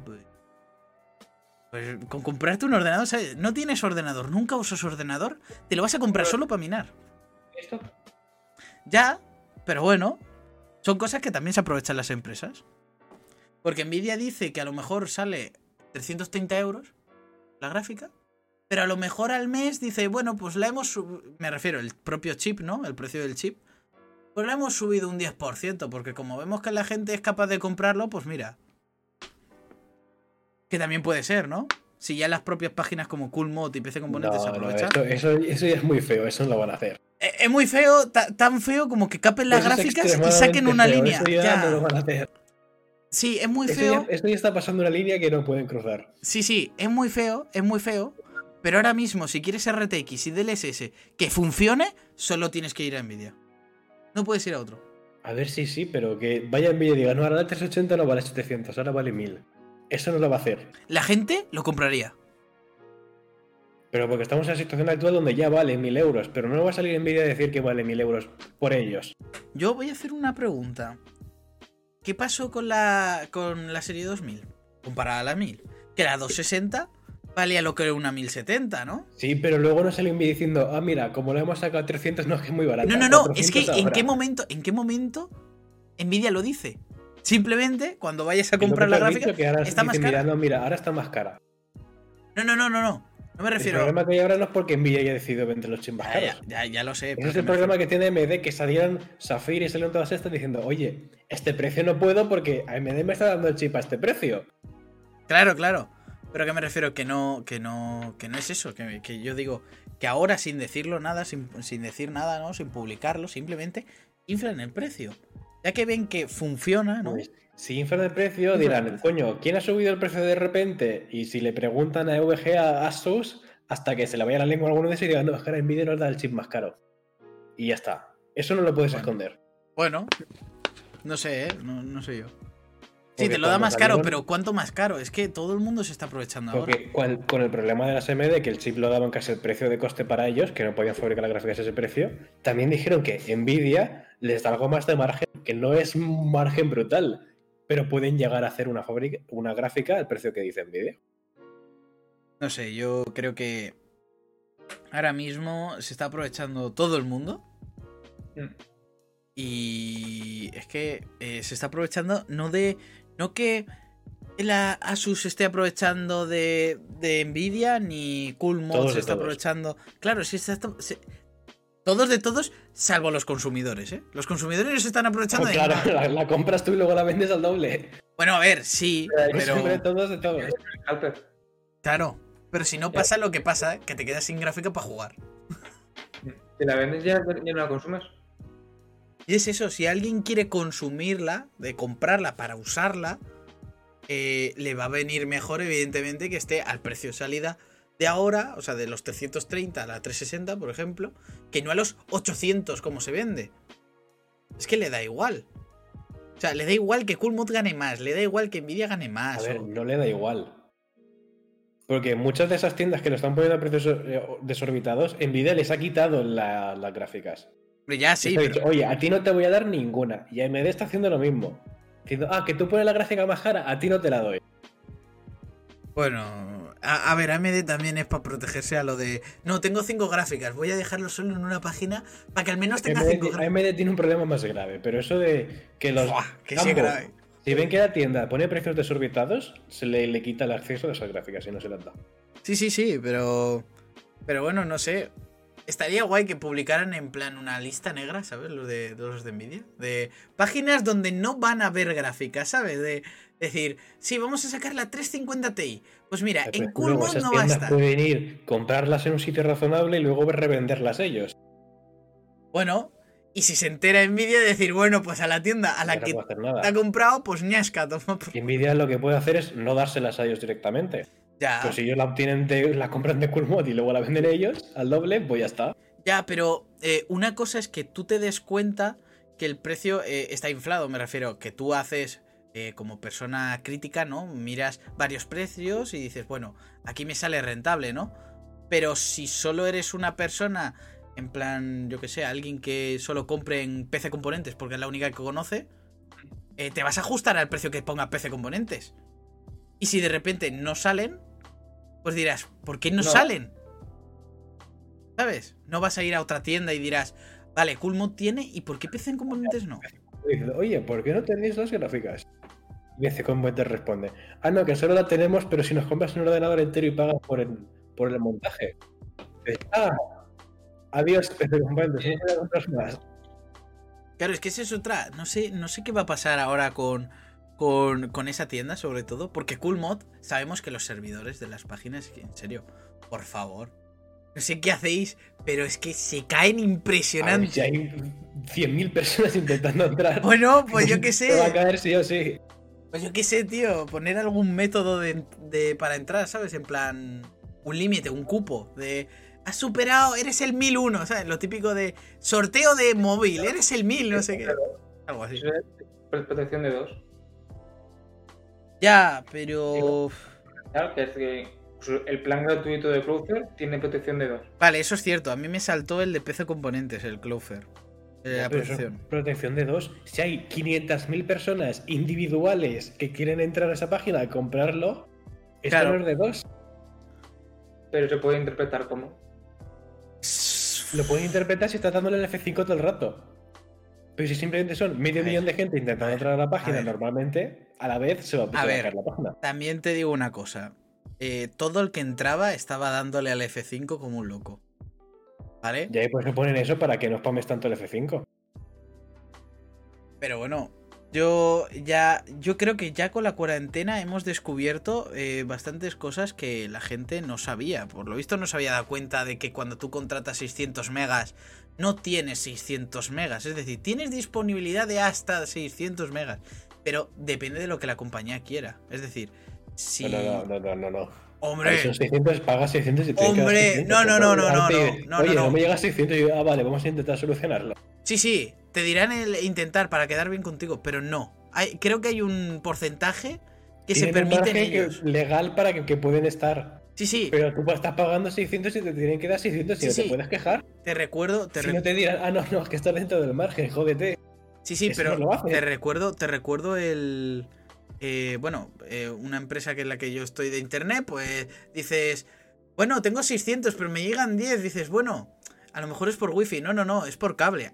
Pues con comprarte un ordenador, ¿sabes? No tienes ordenador, nunca usas ordenador, te lo vas a comprar solo para minar. ¿Esto? Ya, pero bueno, son cosas que también se aprovechan las empresas. Porque Nvidia dice que a lo mejor sale 330 euros la gráfica, pero a lo mejor al mes dice, bueno, pues la hemos subido, me refiero, el propio chip, ¿no? El precio del chip, pues la hemos subido un 10%, porque como vemos que la gente es capaz de comprarlo, pues mira. Que también puede ser, ¿no? Si ya las propias páginas como CoolMod y PC Componentes se aprovechan. Eso ya es muy feo, eso no lo van a hacer. Es muy feo, tan feo como que capen las gráficas y saquen una feo, línea. Eso ya no lo van a hacer. Sí, es muy feo. Esto ya está pasando una línea que no pueden cruzar. Sí, es muy feo. Pero ahora mismo, si quieres RTX y DLSS que funcione, solo tienes que ir a Nvidia. No puedes ir a otro. A ver, sí, pero que vaya Nvidia y diga, no, ahora la 380 no vale 700, ahora vale 1000. Eso no lo va a hacer. La gente lo compraría. Pero porque estamos en la situación actual donde ya vale 1000 euros, pero no va a salir Nvidia a decir que vale 1000 euros por ellos. Yo voy a hacer una pregunta. ¿Qué pasó con la serie 2000? Comparada a la 1000. Que la 260 valía lo que era una 1070, ¿no? Sí, pero luego no salió Nvidia diciendo, la hemos sacado a 300, no, es que es muy barata. No, es que ¿en qué momento Nvidia lo dice? Simplemente, cuando vayas a comprar la gráfica, que ahora está más cara. Mira, ahora está más cara. No. No me refiero... El problema que hay ahora no es porque Nvidia haya decidido vender los chips más caros. Ya lo sé. Ese es el problema que tiene AMD, que salieron Sapphire y salieron todas estas diciendo, oye, este precio no puedo porque AMD me está dando el chip a este precio. Claro. Pero que me refiero que no es eso. Que yo digo que ahora sin decirlo nada, sin decir nada, ¿no? Sin publicarlo, simplemente inflan el precio. Ya que ven que funciona, ¿no? Pues, si inflan el precio, dirán, coño, ¿quién ha subido el precio de repente? Y si le preguntan a EVG, a Asus, hasta que se le vaya la lengua a alguno de esos y digan, no, es que ahora Nvidia nos da el chip más caro. Y ya está. Eso no lo puedes esconder. Bueno, no sé, no sé yo. Sí, te lo da más caro, pero ¿cuánto más caro? Es que todo el mundo se está aprovechando ahora. Porque con el problema de las AMD, que el chip lo daban casi el precio de coste para ellos, que no podían fabricar las gráficas a ese precio, también dijeron que Nvidia les da algo más de margen, que no es un margen brutal, pero pueden llegar a hacer una gráfica al precio que dice Nvidia. No sé, yo creo que ahora mismo se está aprovechando todo el mundo. Y es que se está aprovechando no que la Asus se esté aprovechando de Nvidia, ni CoolMod se está aprovechando. Claro, todos de todos, salvo los consumidores, ¿eh? Los consumidores se están aprovechando de... Claro, la compras tú y luego la vendes al doble. Bueno, a ver, sí, pero... Todos de todos. Claro, pero si no pasa lo que pasa, que te quedas sin gráfica para jugar. Si la vendes ya no la consumes. Y es eso, si alguien quiere consumirla, de comprarla para usarla, le va a venir mejor, evidentemente, que esté al precio de salida de ahora, o sea, de los 330 a la 360, por ejemplo, que no a los 800 como se vende. Es que le da igual. O sea, le da igual que Coolmod gane más, le da igual que Nvidia gane más. A ver, no le da igual. Porque muchas de esas tiendas que lo están poniendo a precios desorbitados, Nvidia les ha quitado las gráficas. Pero ya sí, pero... dicho, oye, a ti no te voy a dar ninguna. Y AMD está haciendo lo mismo. Diciendo, que tú pones la gráfica más cara, a ti no te la doy. Bueno, a ver, AMD también es para protegerse a lo de... No, tengo 5 gráficas, voy a dejarlo solo en una página para que al menos tenga 5 gráficas. AMD tiene un problema más grave, pero eso de que los... que sí, grave. Si ven que la tienda pone precios desorbitados, se le quita el acceso a esas gráficas y no se las da. Sí, pero bueno, no sé. Estaría guay que publicaran en plan una lista negra, ¿sabes? Los de Nvidia. De páginas donde no van a haber gráficas, ¿sabes? De decir, sí, vamos a sacar la 350 Ti. Pues mira, en Coolmod no va a estar. Pueden ir, comprarlas en un sitio razonable y luego revenderlas ellos. Bueno, y si se entera Nvidia de decir, bueno, pues a la tienda a la que te ha comprado, pues ñasca, toma. Nvidia lo que puede hacer es no dárselas a ellos directamente. Ya. Pues si ellos la compran de Coolmod y luego la venden ellos al doble, pues ya está. Ya, pero una cosa es que tú te des cuenta que el precio está inflado, me refiero, que tú haces como persona crítica, ¿no? Miras varios precios y dices, bueno, aquí me sale rentable, ¿no? Pero si solo eres una persona, en plan, yo que sé, alguien que solo compre en PC Componentes porque es la única que conoce, te vas a ajustar al precio que ponga PC Componentes. Y si de repente no salen, pues dirás, ¿por qué no salen? ¿Sabes? No vas a ir a otra tienda y dirás, vale, Coolmod tiene, ¿y por qué PC Componentes no? Oye, ¿por qué no tenéis las gráficas? Y PC Componentes responde, no, que solo la tenemos, pero si nos compras un ordenador entero y pagas por el montaje. Adiós, PC Componentes, no voy a comprar más. Claro, es que esa es otra. No sé qué va a pasar ahora con esa tienda, sobre todo, porque Coolmod, sabemos que los servidores de las páginas, en serio, por favor, no sé qué hacéis, pero es que se caen impresionantes. Si hay 100.000 personas intentando entrar. Bueno, pues yo qué sé. Se va a caer sí o sí. Pues yo qué sé, tío, poner algún método para entrar, ¿sabes? En plan, un límite, un cupo de... Has superado, eres el 1001, ¿sabes? Lo típico de sorteo de móvil, eres el 1000, no sé qué. Algo así. Protección de 2. Ya, pero... Claro, que es que el plan gratuito de Cloudflare tiene protección de 2. Vale, eso es cierto. A mí me saltó el de PC Componentes, el Cloudflare. La protección. Protección de 2. Si hay 500.000 personas individuales que quieren entrar a esa página a comprarlo, es valor de 2. Pero se puede interpretar como. Lo pueden interpretar si está dándole el F5 todo el rato. Pero si simplemente son medio millón de gente intentando entrar a la página, normalmente, a la vez se va a caer la página. También te digo una cosa. Todo el que entraba estaba dándole al F5 como un loco. ¿Vale? Y ahí pues se ponen eso para que no spames tanto el F5. Pero bueno, yo creo que ya con la cuarentena hemos descubierto bastantes cosas que la gente no sabía. Por lo visto no se había dado cuenta de que cuando tú contratas 600 megas, no tienes 600 megas. Es decir, tienes disponibilidad de hasta 600 megas. Pero depende de lo que la compañía quiera. Es decir, si... No. Hombre, son 600, pagas 600 y te hombre, 600, no. Oye, no me llega a 600 y vale, vamos a intentar solucionarlo. Sí, te dirán el intentar para quedar bien contigo, pero no. Creo que hay un porcentaje que se permiten ellos. Legal para que pueden estar. Sí. Pero tú estás pagando 600 y te tienen que dar 600 y no te puedes quejar. Te recuerdo. No te dirán, no, es que estás dentro del margen, jódete. Sí, pero te recuerdo el... una empresa que es la que yo estoy de internet, pues dices, bueno, tengo 600, pero me llegan 10. Dices, bueno, a lo mejor es por wifi. No, es por cable.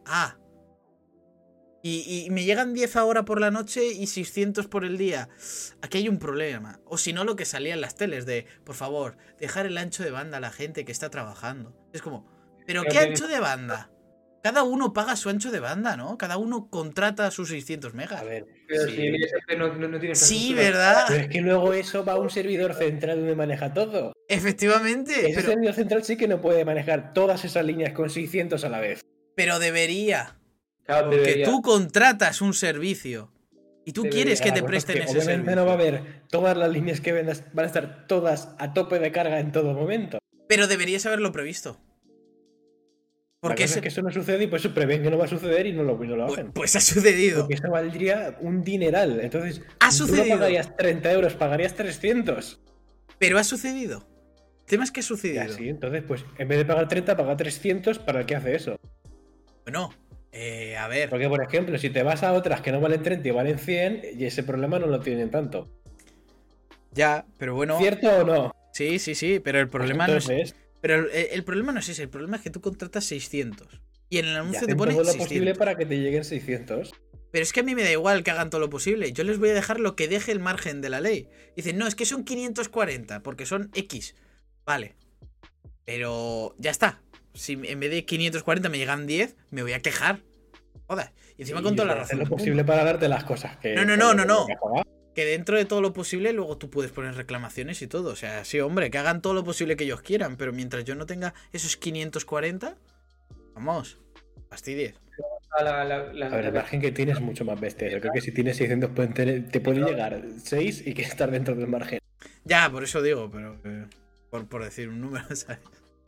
Y me llegan 10 ahora por la noche y 600 por el día. Aquí hay un problema. O si no, lo que salía en las teles de, por favor, dejar el ancho de banda a la gente que está trabajando. Es como, ¿pero qué ancho de banda? Cada uno paga su ancho de banda, ¿no? Cada uno contrata sus 600 megas. A ver, pero si ISP no tiene... Sí, ¿verdad? Pero es que luego eso va a un servidor central donde maneja todo. Efectivamente. Ese servidor central sí que no puede manejar todas esas líneas con 600 a la vez. Pero debería. Claro, porque tú contratas un servicio y tú quieres que te presten ese servicio. Obviamente no va a haber todas las líneas que vendas, van a estar todas a tope de carga en todo momento. Pero deberías haberlo previsto. Porque es que eso no sucede y pues prevén que no va a suceder y no lo hacen. Pues ha sucedido. Porque eso valdría un dineral. Entonces, ha sucedido. Tú no pagarías 30 euros, pagarías 300. Pero ha sucedido. El tema es que ha sucedido. Ya, sí, entonces, pues en vez de pagar 30, paga 300. ¿Para qué hace eso? Bueno, a ver. Porque, por ejemplo, si te vas a otras que no valen 30 y valen 100, y ese problema no lo tienen tanto. Ya, pero bueno. ¿Cierto o no? Sí, pero el problema no es. Pero el problema no es ese, el problema es que tú contratas 600 y en el anuncio te pone todo lo 600. Posible para que te lleguen 600. Pero es que a mí me da igual que hagan todo lo posible. Yo les voy a dejar lo que deje el margen de la ley. Dicen, no, es que son 540 porque son X. Vale. Pero ya está. Si en vez de 540 me llegan 10, me voy a quejar. Joder. Y encima con toda la razón. Hacer lo posible para darte las cosas que... No. Que dentro de todo lo posible, luego tú puedes poner reclamaciones y todo. O sea, sí, hombre, que hagan todo lo posible que ellos quieran. Pero mientras yo no tenga esos 540, vamos, fastidies. A ver, el margen que tienes es mucho más bestia. Yo creo que si tienes 600 te puede llegar 6 y que estar dentro del margen. Ya, por eso digo, pero por decir un número, ¿sabes?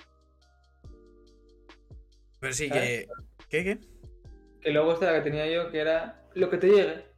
Pero sí que... ¿Qué? Que luego esta la que tenía yo, que era lo que te llegue.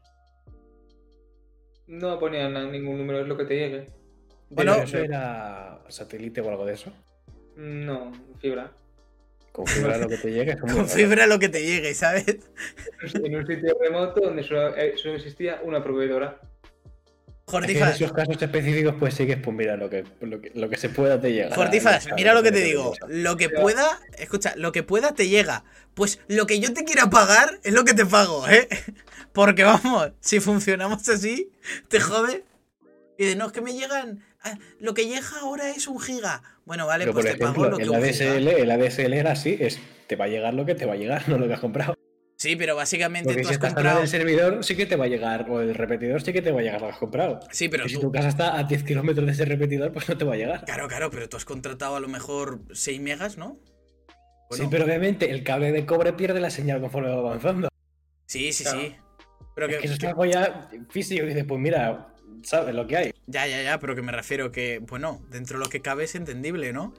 No ponían ningún número, es lo que te llegue. Bueno, ¿eso era satélite o algo de eso? No, fibra. Con fibra lo que te llegue. Con fibra lo que te llegue, ¿sabes? En un sitio remoto donde solo existía una proveedora. Jordifas. En esos casos específicos, pues sí que es, pues mira, lo que se pueda te llega. Jordifas, mira lo que te digo. Lo que pueda, escucha, lo que pueda te llega. Pues lo que yo te quiera pagar es lo que te pago, ¿eh? Porque vamos, si funcionamos así, te jode. Y de no, es que me llegan. Lo que llega ahora es 1 giga. Bueno, vale, pero pues por te pago lo que el ADSL era así, te va a llegar lo que te va a llegar, no lo que has comprado. Sí, pero básicamente porque tú si has comprado... del servidor sí que te va a llegar, o el repetidor sí que te va a llegar lo que has comprado. Sí, pero si tu casa está a 10 kilómetros de ese repetidor, pues no te va a llegar. Claro, pero tú has contratado a lo mejor 6 megas, ¿no? Bueno. Sí, pero obviamente el cable de cobre pierde la señal conforme va avanzando. Sí. Claro. Pero es que eso es algo ya físico, y dices, pues mira, sabes lo que hay. Ya, pero que me refiero que, bueno, dentro de lo que cabe es entendible, ¿no?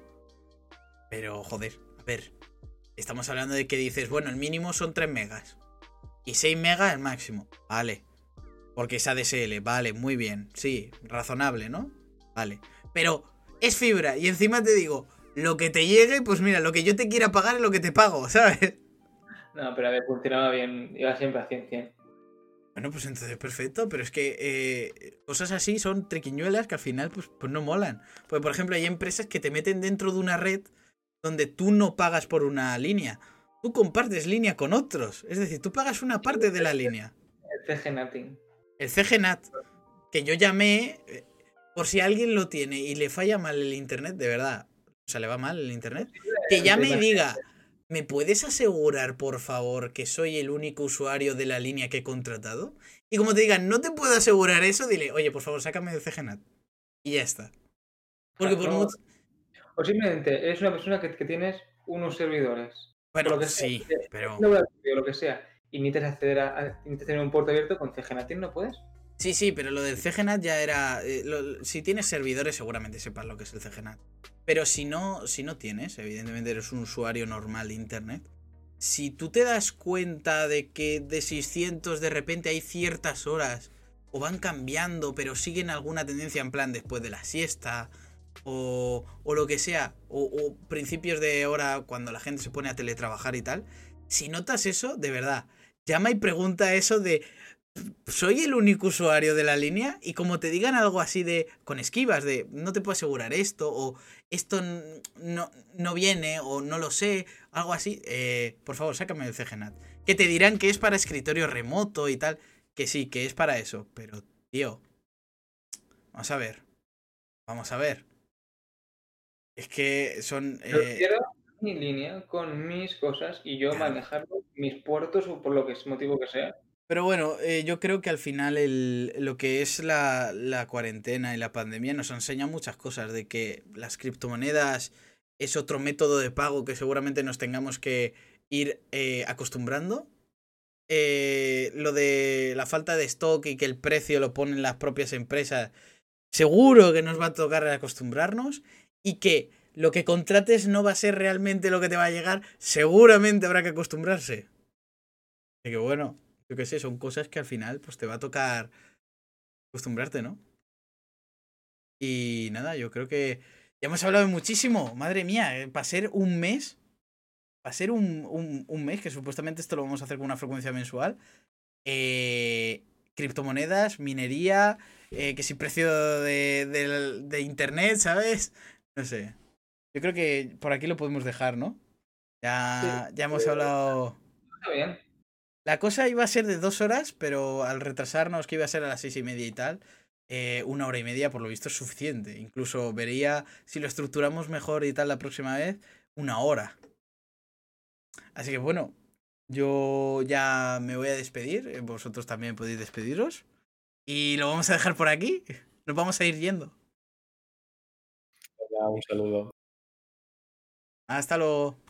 Pero, joder, a ver, estamos hablando de que dices, bueno, el mínimo son 3 megas. Y 6 megas el máximo, vale. Porque es ADSL, vale, muy bien. Sí, razonable, ¿no? Vale. Pero es fibra y encima te digo, lo que te llegue, pues mira, lo que yo te quiera pagar es lo que te pago, ¿sabes? No, pero a ver, funcionaba bien, iba siempre a 100. Bueno, pues entonces perfecto, pero es que cosas así son triquiñuelas que al final pues no molan. Porque, por ejemplo, hay empresas que te meten dentro de una red donde tú no pagas por una línea. Tú compartes línea con otros. Es decir, tú pagas una parte de la línea. El CGNATing. El CGNAT. Que yo llamé, por si alguien lo tiene y le falla mal el internet, de verdad. O sea, le va mal el internet. Que llame y diga, ¿me puedes asegurar, por favor, que soy el único usuario de la línea que he contratado? Y como te digan, no te puedo asegurar eso, dile, oye, por favor, sácame del CGNAT. Y ya está. Porque por mucho... O simplemente eres una persona que tienes unos servidores. Bueno, lo que sí, sea, pero... lo que sea, y necesitas acceder necesitas tener un puerto abierto con CGNAT, ¿no puedes? Sí, pero lo del CGNAT ya era... si tienes servidores seguramente sepas lo que es el CGNAT. Pero si no tienes, evidentemente eres un usuario normal de internet. Si tú te das cuenta de que de 600 de repente hay ciertas horas, o van cambiando, pero siguen alguna tendencia en plan después de la siesta... O lo que sea, o principios de hora cuando la gente se pone a teletrabajar y tal. Si notas eso, de verdad, llama y pregunta eso de ¿soy el único usuario de la línea? Y como te digan algo así de con esquivas de no te puedo asegurar esto, o esto no viene, o no lo sé, algo así, por favor, sácame el CGNAT. Que te dirán que es para escritorio remoto y tal. Que sí, que es para eso. Pero, tío, vamos a ver. Es que son... Yo quiero mi línea con mis cosas y yo manejarlo, mis puertos o por lo que es motivo que sea. Pero bueno, yo creo que al final lo que es la cuarentena y la pandemia nos enseña muchas cosas. De que las criptomonedas es otro método de pago que seguramente nos tengamos que ir acostumbrando. lo de la falta de stock y que el precio lo ponen las propias empresas, seguro que nos va a tocar acostumbrarnos, y que lo que contrates no va a ser realmente lo que te va a llegar, seguramente habrá que acostumbrarse. Así que bueno, yo qué sé, son cosas que al final pues te va a tocar acostumbrarte, ¿no? Y nada, yo creo que ya hemos hablado muchísimo, madre mía, para ser un mes, un mes, que supuestamente esto lo vamos a hacer con una frecuencia mensual, criptomonedas, minería, que si precio de internet, ¿sabes? No sé. Yo creo que por aquí lo podemos dejar, ¿no? Ya hemos hablado... Está bien. La cosa iba a ser de 2 horas, pero al retrasarnos, que iba a ser a las 6:30 y tal, 1 hora y media por lo visto es suficiente. Incluso vería, si lo estructuramos mejor y tal la próxima vez, 1 hora. Así que bueno, yo ya me voy a despedir. Vosotros también podéis despediros. Y lo vamos a dejar por aquí. Nos vamos a ir yendo. Un saludo. Hasta luego.